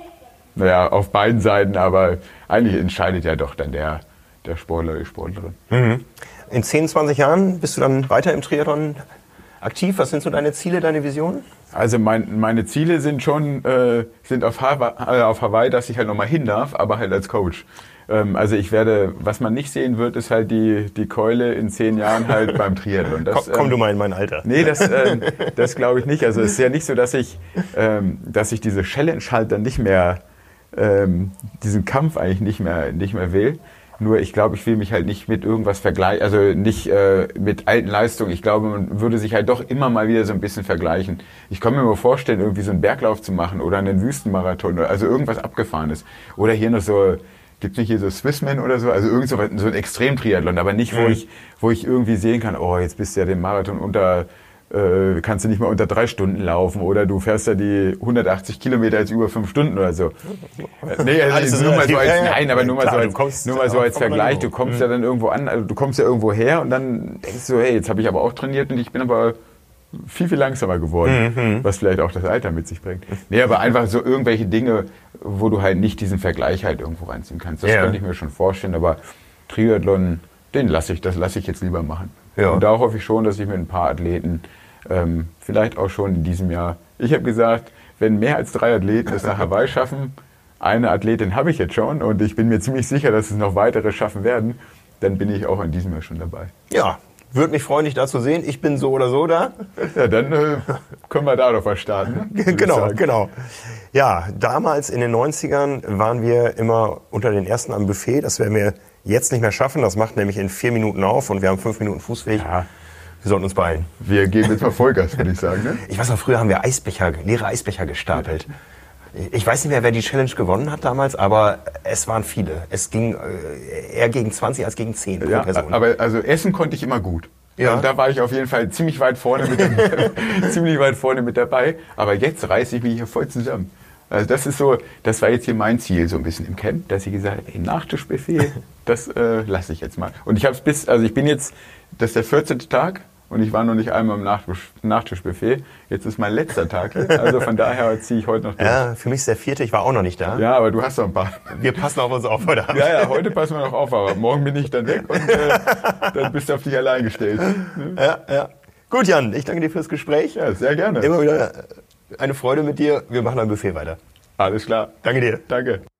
auf beiden Seiten, aber eigentlich entscheidet ja doch dann der Sportler oder die Sportlerin. In 10, 20 Jahren bist du dann weiter im Triathlon aktiv? Was sind so deine Ziele, deine Visionen? Also meine Ziele sind schon sind auf Hawaii, dass ich halt nochmal hin darf, aber halt als Coach. Also was man nicht sehen wird, ist halt die Keule in 10 Jahren halt beim Triathlon. Komm du mal in mein Alter. Nee, das glaube ich nicht. Also es ist ja nicht so, dass ich diese Challenge halt dann nicht mehr diesen Kampf eigentlich nicht mehr will. Nur ich glaube, ich will mich halt nicht mit irgendwas vergleichen, also nicht mit alten Leistungen. Ich glaube, man würde sich halt doch immer mal wieder so ein bisschen vergleichen. Ich kann mir mal vorstellen, irgendwie so einen Berglauf zu machen oder einen Wüstenmarathon, also irgendwas Abgefahrenes. Oder hier noch so, gibt's nicht hier so Swissman oder so, also irgend so ein Extremtriathlon, aber nicht, wo ich irgendwie sehen kann, jetzt bist du ja den Marathon kannst du nicht mal unter 3 Stunden laufen oder du fährst ja die 180 Kilometer jetzt über 5 Stunden oder so. Nee, also nur mal so als Vergleich. Du kommst ja dann irgendwo an, also du kommst ja irgendwo her und dann denkst du, hey, jetzt habe ich aber auch trainiert und ich bin aber viel, viel langsamer geworden, was vielleicht auch das Alter mit sich bringt. Nee, aber einfach so irgendwelche Dinge, wo du halt nicht diesen Vergleich halt irgendwo reinziehen kannst. Das könnte ich mir schon vorstellen, aber Triathlon, das lasse ich jetzt lieber machen. Ja. Und da hoffe ich schon, dass ich mit ein paar Athleten vielleicht auch schon in diesem Jahr. Ich habe gesagt, wenn mehr als 3 Athleten es nach Hawaii schaffen, eine Athletin habe ich jetzt schon und ich bin mir ziemlich sicher, dass es noch weitere schaffen werden, dann bin ich auch in diesem Jahr schon dabei. Ja, würde mich freuen, dich da zu sehen. Ich bin so oder so da. Ja, dann können wir da doch was starten. Genau. Ja, damals in den 90ern waren wir immer unter den Ersten am Buffet. Das werden wir jetzt nicht mehr schaffen. Das macht nämlich in 4 Minuten auf und wir haben 5 Minuten Fußweg. Ja. Wir sollten uns beeilen. Wir geben jetzt mal Vollgas, würde ich sagen. Ne? Ich weiß noch, früher haben wir leere Eisbecher gestapelt. Ich weiß nicht mehr, wer die Challenge gewonnen hat damals, aber es waren viele. Es ging eher gegen 20 als gegen 10 pro Person. Aber also essen konnte ich immer gut. Ja. Und da war ich auf jeden Fall ziemlich weit vorne mit dabei. Aber jetzt reiße ich mich hier voll zusammen. Also das war jetzt hier mein Ziel so ein bisschen im Camp, dass ich gesagt habe, Nachtischbuffet, das lasse ich jetzt mal. Und ich habe das ist der 14. Tag und ich war noch nicht einmal im Nachtischbuffet. Jetzt ist mein letzter Tag hier, also von daher ziehe ich heute noch durch. Ja, für mich ist der 4., ich war auch noch nicht da. Ja, aber du hast noch ein paar. Wir passen auf uns auf heute Abend. Ja, heute passen wir noch auf, aber morgen bin ich dann weg und dann bist du auf dich allein gestellt. Ja. Gut, Jan, ich danke dir fürs Gespräch. Ja, sehr gerne. Immer wieder eine Freude mit dir. Wir machen am Buffet weiter. Alles klar. Danke dir. Danke.